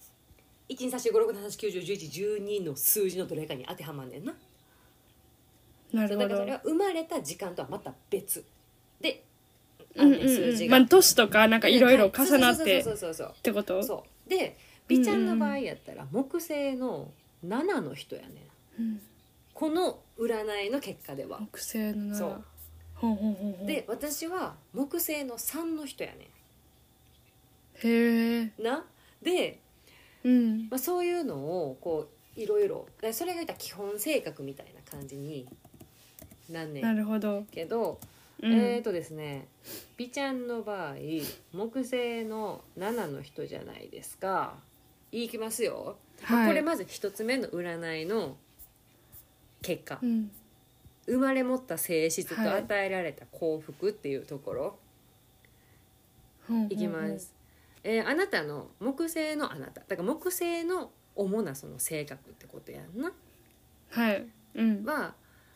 1,2,3,4,5,6,7,8,9,10,11,12 の数字のどれかに当てはまんねんな。 なるほど。 だからそれは生まれた時間とはまた別であんねん、数字が。 年とかなんかいろいろ重なってってこと。 そうで美ちゃんの場合やったら木星の7の人やねん、この占いの結果では。 木星の7。 そうで私は木星の3の人やねん。へえ。 なで、そういうのをこういろいろ、それが言ったら基本性格みたいな感じになんねん。 なるほど。 けどですね、美ちゃんの場合木星の7の人じゃないですか。いきますよ、これまず一つ目の占いの結果、生まれ持った性質と与えられた幸福っていうところ、いきます。あなたの木星のあなただから木星の主なその性格ってことやんな。は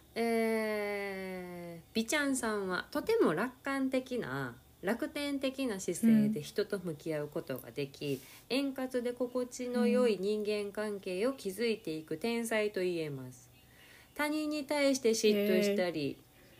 美ちゃんさんはとても楽天的な姿勢で人と向き合うことができ、円滑で心地の良い人間関係を築いていく天才と言えます。他人に対して嫉妬したり、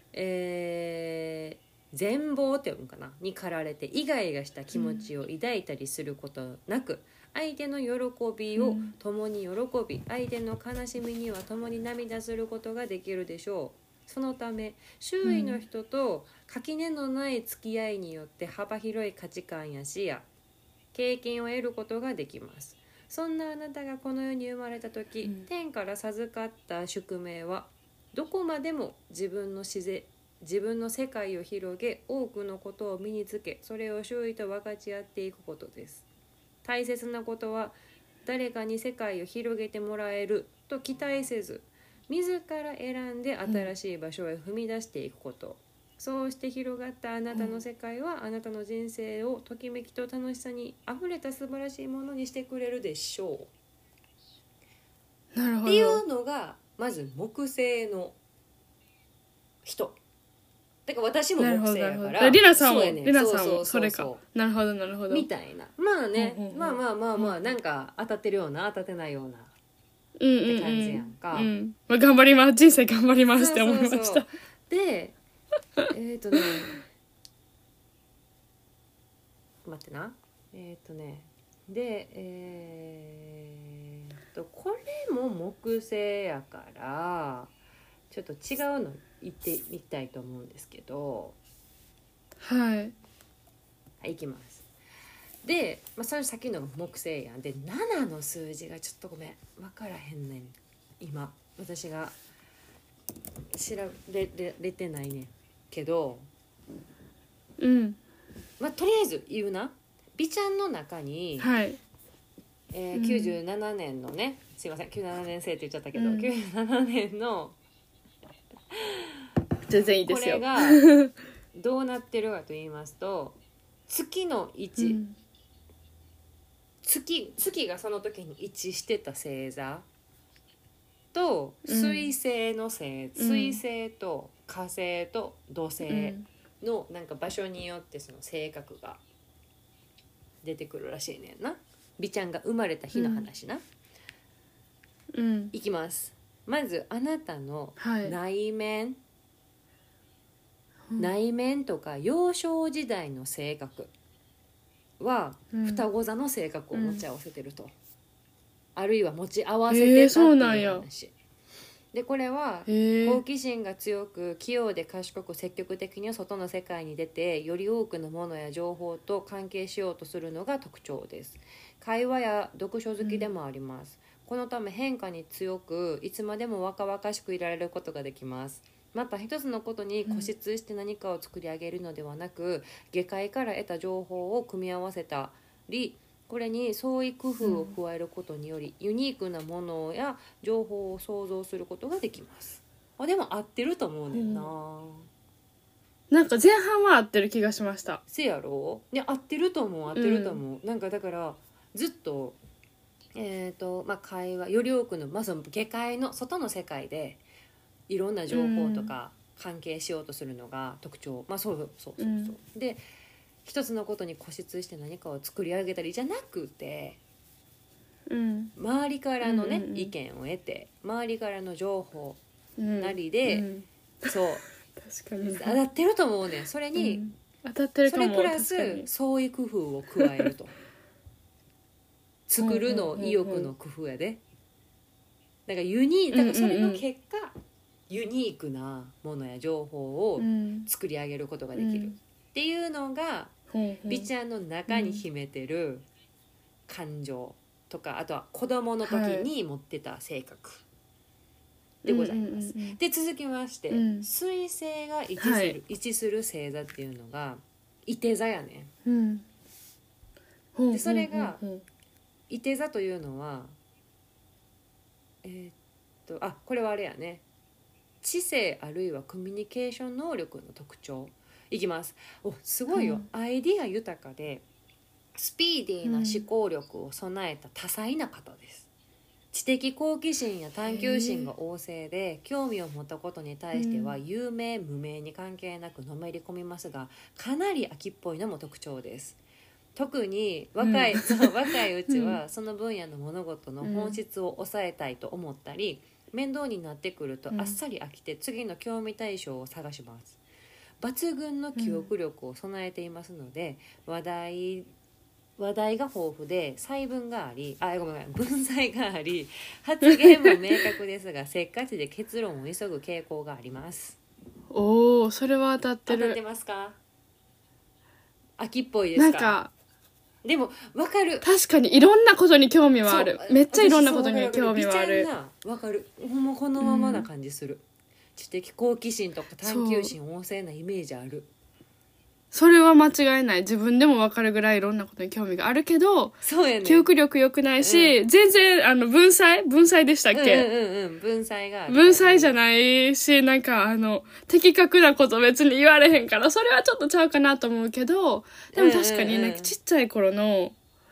全貌って読むかなに駆られてイガイガした気持ちを抱いたりすることなく、相手の喜びを共に喜び、相手の悲しみには共に涙することができるでしょう。そのため周囲の人と垣根のない付き合いによって幅広い価値観や視野、経験を得ることができます。そんなあなたがこの世に生まれた時、天から授かった宿命はどこまでも自分の世界を広げ、多くのことを身につけ、それを周囲と分かち合っていくことです。大切なことは誰かに世界を広げてもらえると期待せず、自ら選んで新しい場所へ踏み出していくこと、そうして広がったあなたの世界は、あなたの人生をときめきと楽しさにあふれた素晴らしいものにしてくれるでしょう。 なるほど。 っていうのがまず木星の人だから私も木星やからリナさんもそれか。なるほどなるほど。 みたいな、まあね、まあなんか当たってるような当たってないようなって感じやんか。 頑張ります、人生頑張りますって思いました。 で待ってなでこれも木星やからちょっと違うの言ってみたいと思うんですけど、いきます。で、それさっきの木星やんで、7の数字がちょっとごめん分からへんねん。今私が調べれてないねんけど、とりあえず言うな。美ちゃんの中に、 97年のね、すいません97年生って言っちゃったけど、 うん 97年の全然いいですよ。 これがどうなってるかと言いますと、月の位置、 うん月がその時に位置してた星座と水星の星、水星と火星と土星のなんか場所によってその性格が出てくるらしいねんな。美ちゃんが生まれた日の話な、いきます。まずあなたの内面、内面とか幼少時代の性格は双子座の性格を持ち合わせてると、あるいは持ち合わせてたっていう話で、これは好奇心が強く器用で賢く積極的に外の世界に出てより多くのものや情報と関係しようとするのが特徴です。会話や読書好きでもあります、このため変化に強くいつまでも若々しくいられることができます。また一つのことに固執して何かを作り上げるのではなく、下界から得た情報を組み合わせたり、これに創意工夫を加えることにより、ユニークなものや情報を想像することができます。でも合ってると思うねんな、 なんか前半は合ってる気がしました。 せやろ、ね、合ってると思う、合ってると思う、なんかだからずっと会話より多くの、その下界の外の世界でいろんな情報とか関係しようとするのが特徴、そうで一つのことに固執して何かを作り上げたりじゃなくて、周りからのね、意見を得て周りからの情報なりで、そう確かに当たってると思うねん。それに、 当たってるかも。 それプラス創意工夫を加えると作るの意欲の工夫やで。だからだからそれの結果、ユニークなものや情報を作り上げることができるっていうのが、美ちゃんの中に秘めてる感情とか、あとは子供の時に持ってた性格でございます。で続きまして、水星が位置する星座っていうのが射手座やね。でそれが射手座というのはこれはあれやね、知性あるいはコミュニケーション能力の特徴。いきます。すごいよ、アイディア豊かでスピーディーな思考力を備えた多彩な方です。知的好奇心や探求心が旺盛で、興味を持ったことに対しては有名無名に関係なくのめり込みますが、かなり飽きっぽいのも特徴です。特に若いうちはその分野の物事の本質を抑えたいと思ったり、面倒になってくるとあっさり飽きて次の興味対象を探します。抜群の記憶力を備えていますので、話題が豊富で細分があり、文才があり、発言も明確ですがせっかちで結論を急ぐ傾向があります。 おお、それは当たってる。 当たってますか？秋っぽいですか？ なんかでも分かる。 確かにいろんなことに興味はある。めっちゃいろんなことに興味はある。 分かる。ほんまこのままな感じする。知的好奇心とか探求心旺盛なイメージある。 それは間違いない。自分でも分かるぐらいいろんなことに興味があるけど、 そうやね、 記憶力良くないし、全然文才でしたっけ？ 文才がある。 文才じゃないし、なんか的確なこと別に言われへんから、それはちょっとちゃうかなと思うけど、でも確かになんかちっちゃい頃の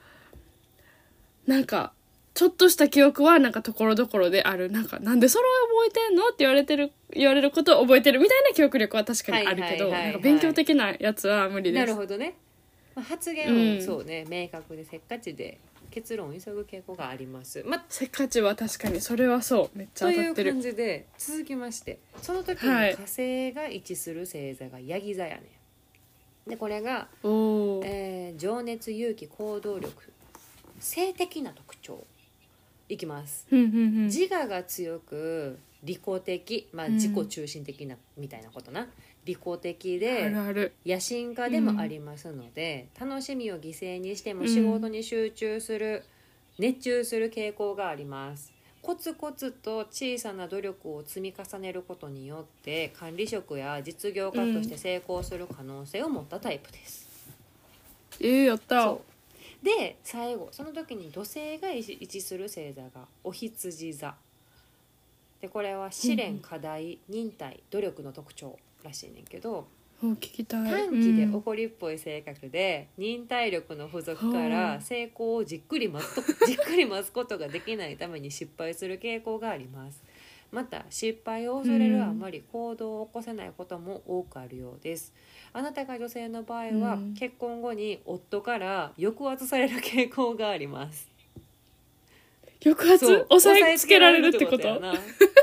なんかちょっとした記憶はなんかところどころである。なんでそれを覚えてんのって言われることを覚えてるみたいな記憶力は確かにあるけど、なんか勉強的なやつは無理です。 なるほどね。発言をそうね、明確でせっかちで結論を急ぐ傾向があります。 せっかちは確かにそれはそうめっちゃ当たってる。 という感じで続きまして、その時に火星が位置する星座がヤギ座やね。でこれが、情熱、勇気、行動力、性的な特徴いきます。自我が強く利己的、自己中心的なみたいなことな。利己的で野心家でもありますので、楽しみを犠牲にしても仕事に集中する、熱中する傾向があります。コツコツと小さな努力を積み重ねることによって管理職や実業家として成功する可能性を持ったタイプです。 やった。 で最後その時に土星が位置する星座がお羊座で、これは試練、課題、忍耐、努力の特徴らしいねんけど、 聞きたい。 短期で怒りっぽい性格で、忍耐力の不足から成功をじっくり待つことができないために失敗する傾向があります。また失敗を恐れるあまり行動を起こせないことも多くあるようです。あなたが女性の場合は、結婚後に夫から抑圧される傾向があります。 抑圧？抑えつけられるってこと？あ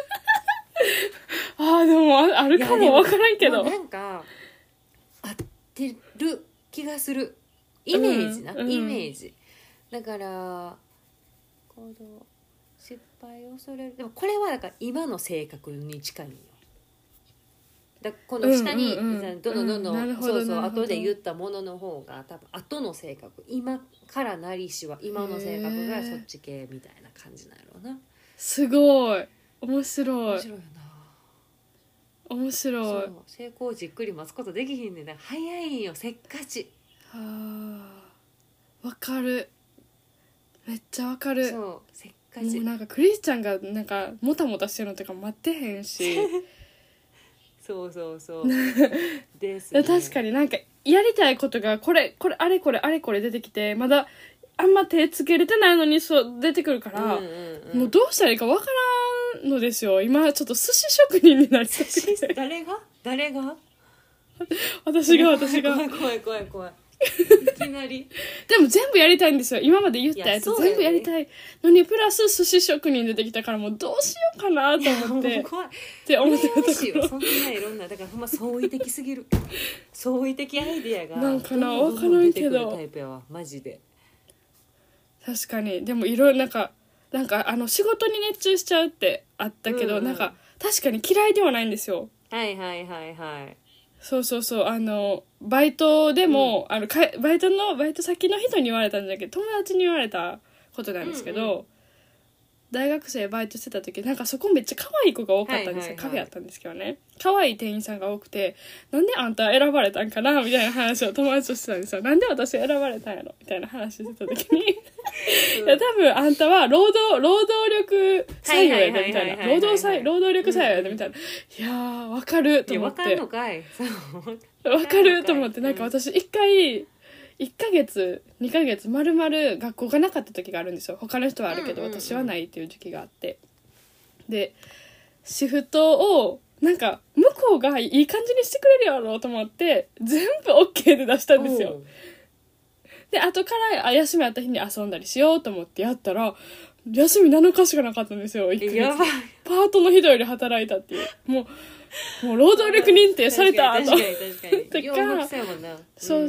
あ、でもあるかも分からんけど、 なんか合ってる気がする。イメージな、イメージだから行動失敗を恐れる。でもこれはだから今の性格に近いんよ。だこの下にどんどんそうそう後で言ったものの方が多分後の性格、今からなりしは今の性格がそっち系みたいな感じなんやろうな。 すごい面白い。 面白いよな。 面白い。 そう成功をじっくり待つことできひんねんな。早いんよせっかち。 わかる。めっちゃわかる。 そうせっかもち。 うなんかクリスチャンがなんかもたもたしてるのとか待ってへんしそうですね。 確かになんかやりたいことがこれあれこれ出てきて、まだあんま手つけれてないのにそう出てくるから、もうどうしたらいいかわからんのですよ。今ちょっと寿司職人になりたくて。 誰が私が怖いいきなりでも全部やりたいんですよ。今まで言ったやつ全部やりたいのにプラス寿司職人出てきたから、もうどうしようかなと思って怖いって思ってたところ。 そんないろんなだからほんま創意的すぎる創意的アイディアがなんかなどんどん出てくるタイプやわマジで。 確かに。でもいろいろなんか仕事に熱中しちゃうってあったけど、なんか確かに嫌いではないんですよ。 はいそうバイトでも、バイト先の人に言われたんだけど、友達に言われたことなんですけど、大学生バイトしてた時なんかそこめっちゃ可愛い子が多かったんですよ、カフェやったんですけどね、可愛い店員さんが多くて、なんであんた選ばれたんかなみたいな話を友達としてたんですよ。なんで私選ばれたんやろみたいな話してた時にいや多分あんたは労働力採用やでみたいな、労働力採用やでみたいな、いやー分かると思って、 分かんのかい分かると思って、なんか私1ヶ月2ヶ月丸々学校がなかった時があるんですよ。他の人はあるけど私はないっていう時期があって、でシフトをなんか向こうがいい感じにしてくれるやろうと思って全部 OK で出したんですよ。で後から休みあった日に遊んだりしようと思ってやったら休み7日しかなかったんですよ。1ヶ月やばい。 パートの人より働いたっていう、もう労働力認定されたと確かによう学生もんな。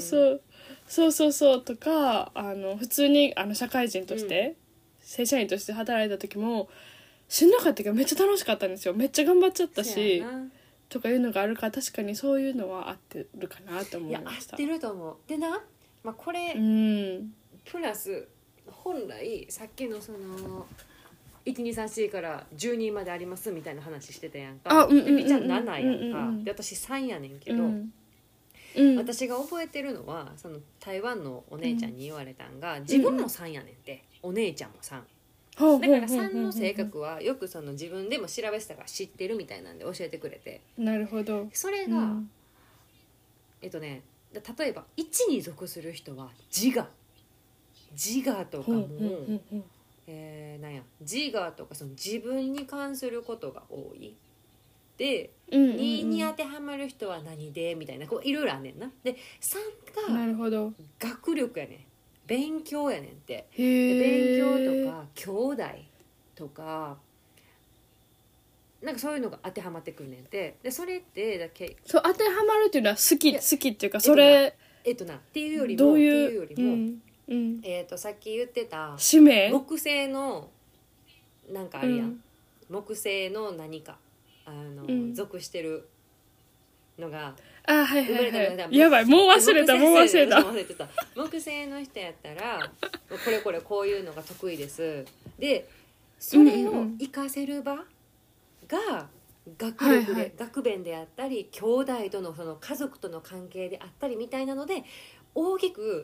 そうとか、普通に社会人として、正社員として働いた時もしんどかったけどめっちゃ楽しかったんですよ。めっちゃ頑張っちゃったしとかいうのがあるから、確かにそういうのは合ってるかなと思いました。 いや合ってると思う。でな、これ、プラス本来さっきのその1234から12までありますみたいな話してたやんか。で美ちゃん7やんか。で私3やねんけど、私が覚えてるのはその台湾のお姉ちゃんに言われたんが、自分も3やねんって、お姉ちゃんも3だから3の性格はよくその自分でも調べてたから知ってるみたいなんで教えてくれて、 なるほど。 それが、例えば1に属する人は自我とかも、なんや自我とかその自分に関することが多いで、2に当てはまる人は何でみたいな、こういろいろあんねんな。で3 なるほど学力やねん、勉強やねんって。 へー。 勉強とか兄弟とかなんかそういうのが当てはまってくるねんて。でそれってだけそう当てはまるっていうのは好きっていうか、それっていうよりもどういうさっき言ってた使命、 木星のなんかあるやん、木星の何か属してるのがやばい、もう忘れた木星の人やったらこれこういうのが得意です。でそれを活かせる場が学力で、学弁であったり兄弟とのその家族との関係であったりみたいなので大きく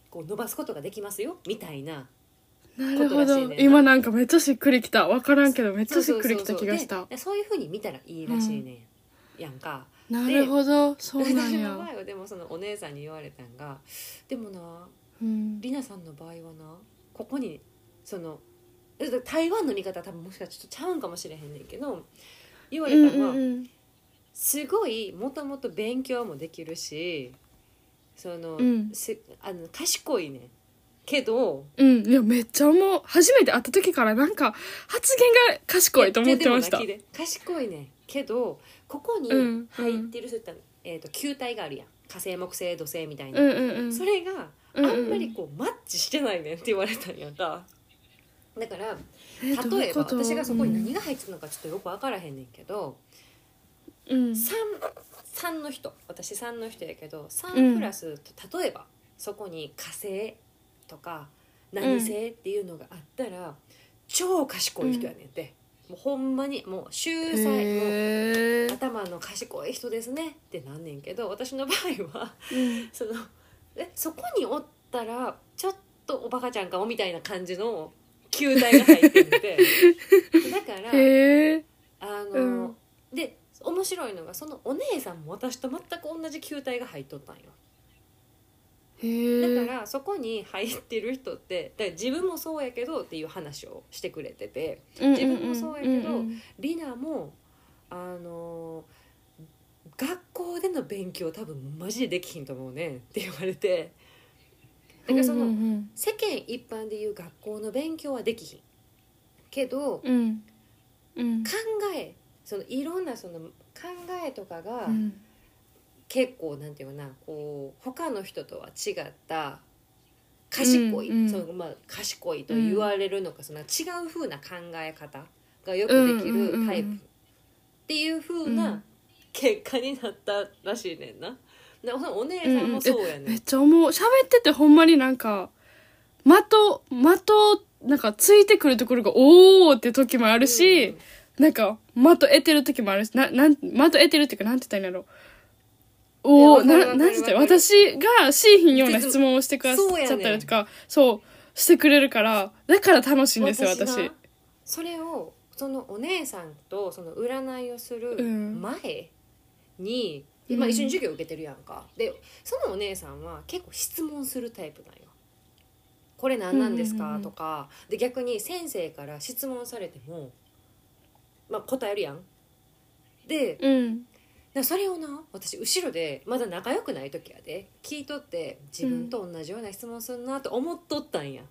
こう伸ばすことができますよみたいななるほど、 ことらしいねんな。 今なんかめっちゃしっくりきた。分からんけどめっちゃしっくりきた気がした。 でそういう風に見たらいいらしいね、やんか。 なるほど、そうなん私のや。 場合はでもそのお姉さんに言われたんが、でもな、りなさんの場合はな、ここにその台湾の見方多分もしかしたらちょっとちゃうんかもしれへんねんけど、言われたのは、すごいもともと勉強もできるし、その、賢いねけど、 いやめっちゃ思う。初めて会った時からなんか発言が賢いと思ってました。 賢いねけど、ここに入ってるそういった、球体があるやん、火星木星土星みたいな、それがあんまりこうマッチしてないねんって言われたんやんか。だから例えば私がそこに何が入ってるのかちょっとよく分からへんねんけど、3の人、私3の人やけど3プラス、例えばそこに火星とか何星っていうのがあったら、超賢い人やねんて、もうほんまにもう秀才、もう頭の賢い人ですねってなんねんけど、私の場合は、そこにおったらちょっとおバカちゃんかもみたいな感じの球体が入っててだからで面白いのが、そのお姉さんも私と全く同じ球体が入っとったんよ。だからそこに入ってる人って、だから自分もそうやけどっていう話をしてくれてて、自分もそうやけど、リナも学校での勉強多分マジでできひんと思うねって言われて、だからその、世間一般でいう学校の勉強はできひんけど、考え、そのいろんなその考えとかが、結構なんていうかな、こう他の人とは違った賢い、その賢いと言われるのか、その違う風な考え方がよくできるタイプっていう風な結果になったらしいねんな。でお姉さんもそうやねん。 めっちゃ思う。喋っててほんまになんか的なんかついてくるところがおーって時もあるし、なんか的得てる時もあるし、的得てるっていうか、なんて言ったらいいんだろう。なんて言ったら、私がしいひんような質問をしてくださったりとか、そうしてくれるから、だから楽しいんですよ、私。 それをそのお姉さんとその占いをする前に、今一緒に授業受けてるやんか。でそのお姉さんは結構質問するタイプなんよ。これ何なんですかとかで、逆に先生から質問されても答えるやん。で、それをな、私後ろでまだ仲良くない時やで聞いとって、自分と同じような質問するなと思っとったんや。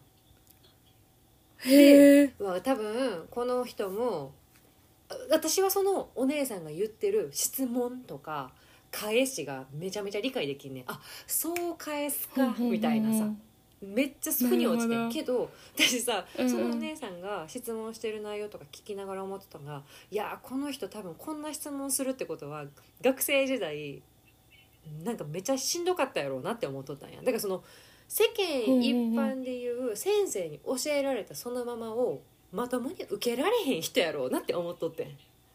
で多分この人も、私はそのお姉さんが言ってる質問とか返しがめちゃめちゃ理解できんねん。あ、そう返すかみたいなさ、めっちゃ腑に落ちてんけど、私さ、そのお姉さんが質問してる内容とか聞きながら思ってたのが、いやこの人多分こんな質問するってことは学生時代なんかめっちゃしんどかったやろうなって思っとったんや。だからその世間一般でいう先生に教えられたそのままをまともに受けられへん人やろうなって思っとってん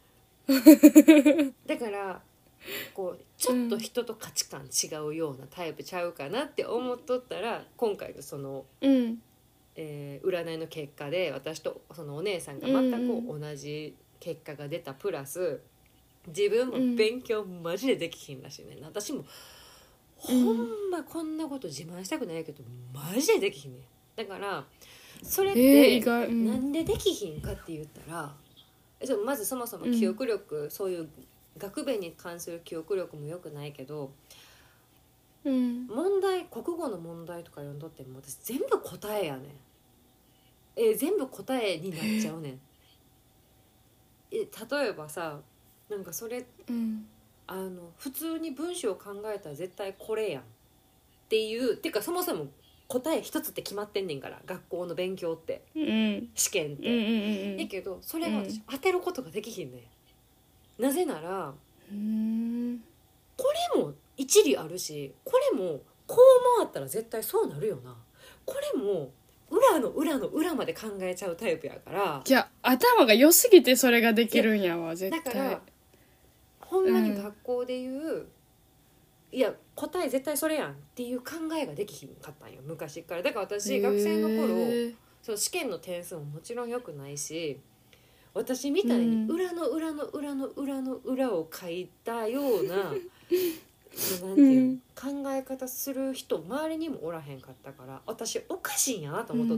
だからこうちょっと人と価値観違うようなタイプちゃうかなって思っとったら、今回のその、占いの結果で私とそのお姉さんが全く同じ結果が出たプラス、自分も勉強マジでできひんらしいねんな。私もほんまこんなこと自慢したくないけどマジでできひんねん。だからそれってなんでできひんかって言ったら、まずそもそも記憶力、そういう学弁に関する記憶力も良くないけど、問題、国語の問題とか読んどっても私全部答えやねん。全部答えになっちゃうねん。例えばさ、なんかそれ、普通に文章を考えたら絶対これやんっていうてか、そもそも答え一つって決まってんねんから、学校の勉強って、試験って、だけどそれは私当てることができひんねん。なぜならこれも一理あるし、これもこう回ったら絶対そうなるよな、これも裏の裏の裏まで考えちゃうタイプやから、 いや頭が良すぎてそれができるんやわ絶対。 だからほんまに学校でいう、いや答え絶対それやんっていう考えができひんかったんよ昔から。だから私学生の頃その試験の点数ももちろん良くないし、私みたいに裏の裏の裏の裏の裏を書いたような、なんていう、考え方する人周りにもおらへんかったから、私おかしいんやなと思っとって、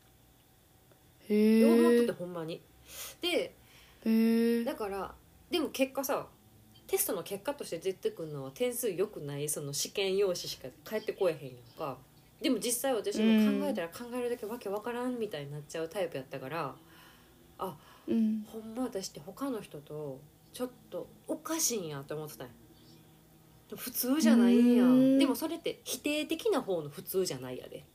思っとってほんまに。でだからでも結果さ、テストの結果として出てくるのは点数良くないその試験用紙しか返ってこえへんやんか。でも実際私も考えたら考えるだけわけわからんみたいになっちゃうタイプやったから、あ、ほんま私って他の人とちょっとおかしいんやと思ってたんや。普通じゃないんや。でもそれって否定的な方の普通じゃないやで。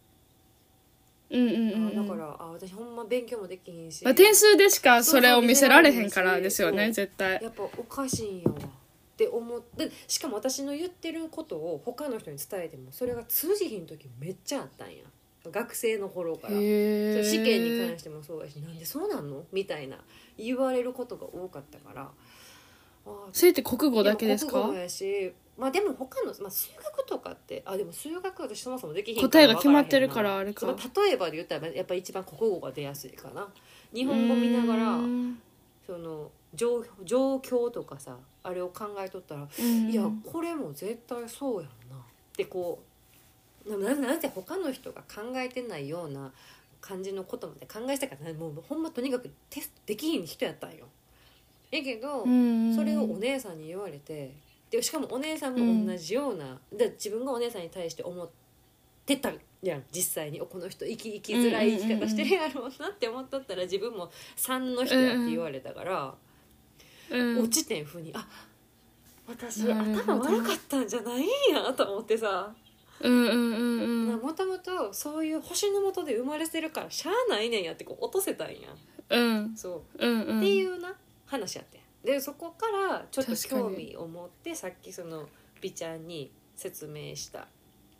だから私ほんま勉強もできひんし、 点数でしかそれを見せられへんからですよね、絶対。 やっぱおかしいんやわって思って、しかも私の言ってることを他の人に伝えてもそれが通じひん時めっちゃあったんや、学生の頃から。試験に関してもそうやし、なんでそうなんのみたいな言われることが多かったから。 それって国語だけですか？ 国語やし、まあでも他の、まあ、数学とかってでも数学私そもそもできひんから答えが決まってるからあれか。 例えばで言ったらやっぱり一番国語が出やすいかな。日本語見ながらその状況とかさ、あれを考えとったら、いやこれも絶対そうやんなってこう、なぜ他の人が考えてないような感じのことまで考えしたから、もうほんまとにかくテストできひん人やったんよ。やけどそれをお姉さんに言われて、でしかもお姉さんも同じような、で自分がお姉さんに対して思ってたやん、実際にこの人生きづらい生き方してるやろうなって思っとったら、自分も3の人やって言われたから、落ちてんふうに、私頭悪かったんじゃないんやと思ってさ、もともとそういう星の下で生まれてるからしゃあないねんやってこう落とせたんや、そう、っていうな話やって。でそこからちょっと興味を持って、さっきその美ちゃんに説明した、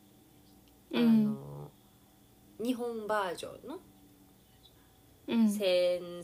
日本バージョンの先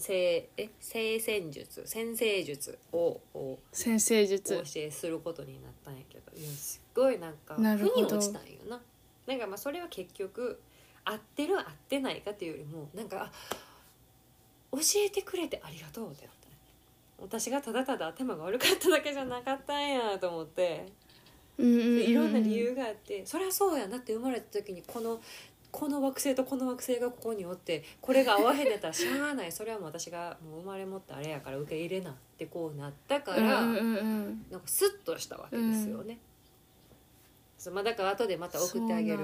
生術をお教えすることになったんやけど、すっごいなんか腑に落ちたんよな。なんかまあそれは結局合ってる合ってないかっていうよりも、なんか教えてくれてありがとうってなったね。私がただただ頭が悪かっただけじゃなかったんやと思って、いろんな理由があって、そりゃそうやなって生まれた時にこの惑星とこの惑星がここにおってこれが合わへんねったらしゃあない、それはもう私がもう生まれ持ったあれやから受け入れなってこうなったから、なんかスッとしたわけですよね。そう、だから後でまた送ってあげる。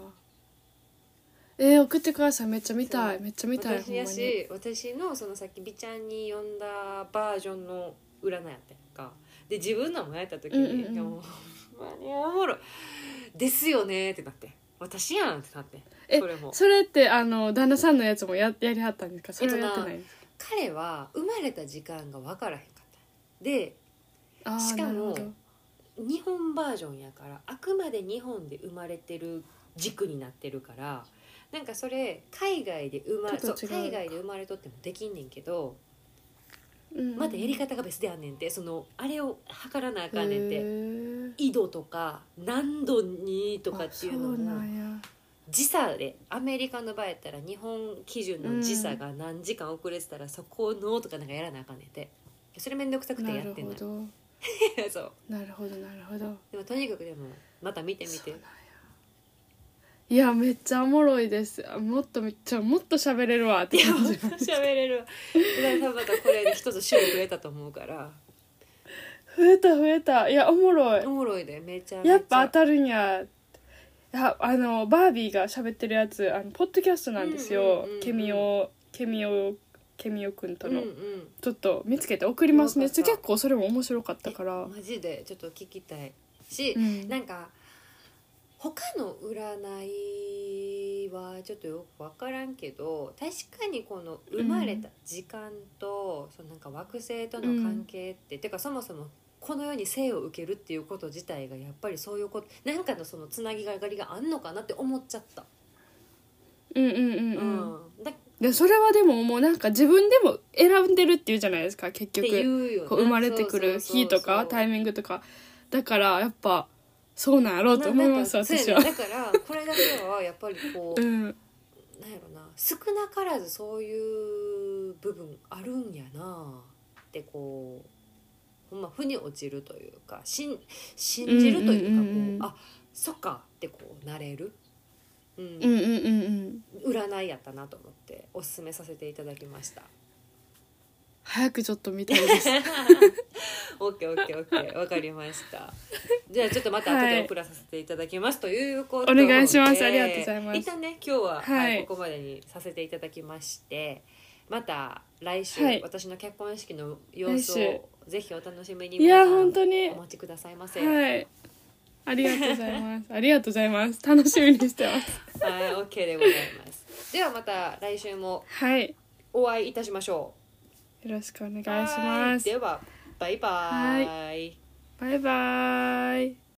送ってください。めっちゃ見たい、めっちゃ見たい。 私やし、私のそのさっき美ちゃんに読んだバージョンの占いやったやんか。で自分のもやった時に、もうほんまにおもろいですよねってなって、私やんってなって。それって旦那さんのやつもやりはったんですか？それはやってないんですか？ 彼は生まれた時間が分からへんかったで、しかも日本バージョンやからあくまで日本で生まれてる軸になってるから、なんかそれ海外で生まれとってもできんねんけど、またやり方が別であんねんて。そのあれを測らなあかんねんて。緯度とか何度にとかっていうのも時差で、アメリカの場合やったら日本基準の時差が何時間遅れてたらそこのとかなんかやらなあかんねんて。それめんどくさくてやってんのよ。そう、 なるほどなるほど。 でもとにかくでもまた見てみて。 いやめっちゃおもろいです。もっと喋れるわって感じ。 喋れるわ。またこれで一つ種類増えたと思うから。 増えた。いやおもろいでめちゃめちゃやっぱ当たるんや。バービーが喋ってるやつポッドキャストなんですよ。ケミオくんとの、ちょっと見つけて送りますね。結構それも面白かったから、 マジでちょっと聞きたいし、なんか他の占いはちょっとよく分からんけど、確かにこの生まれた時間と、そのなんか惑星との関係って、てかそもそもこの世に生を受けるっていうこと自体がやっぱりそういうこと、なんかのそのつなぎがりがあんのかなって思っちゃった。 でそれはでももうなんか自分でも選んでるっていうじゃないですか、結局。こう生まれてくる日とかタイミングとかだから、やっぱそうなんやろうと思います私は。 だからこれだけはやっぱりこう、なんやろな、少なからずそういう部分あるんやなってこうほんま腑に落ちるというか信じるというか、こうあそっかってこうなれる、占いやったなと思っておすすめさせていただきました。 早くちょっと見たいですオッケーわかりました。じゃあちょっとまた後で送らさせていただきます、ということでお願いします。ありがとうございます。 一旦ね今日は、ここまでにさせていただきまして、また来週、私の結婚式の様子をぜひお楽しみに皆さんお待ちくださいませ。 ありがとうございますありがとうございます。楽しみにしてますはい、OK でございます。ではまた来週もお会いいたしましょう。よろしくお願いします。 ではバイバイ。 バイバイ。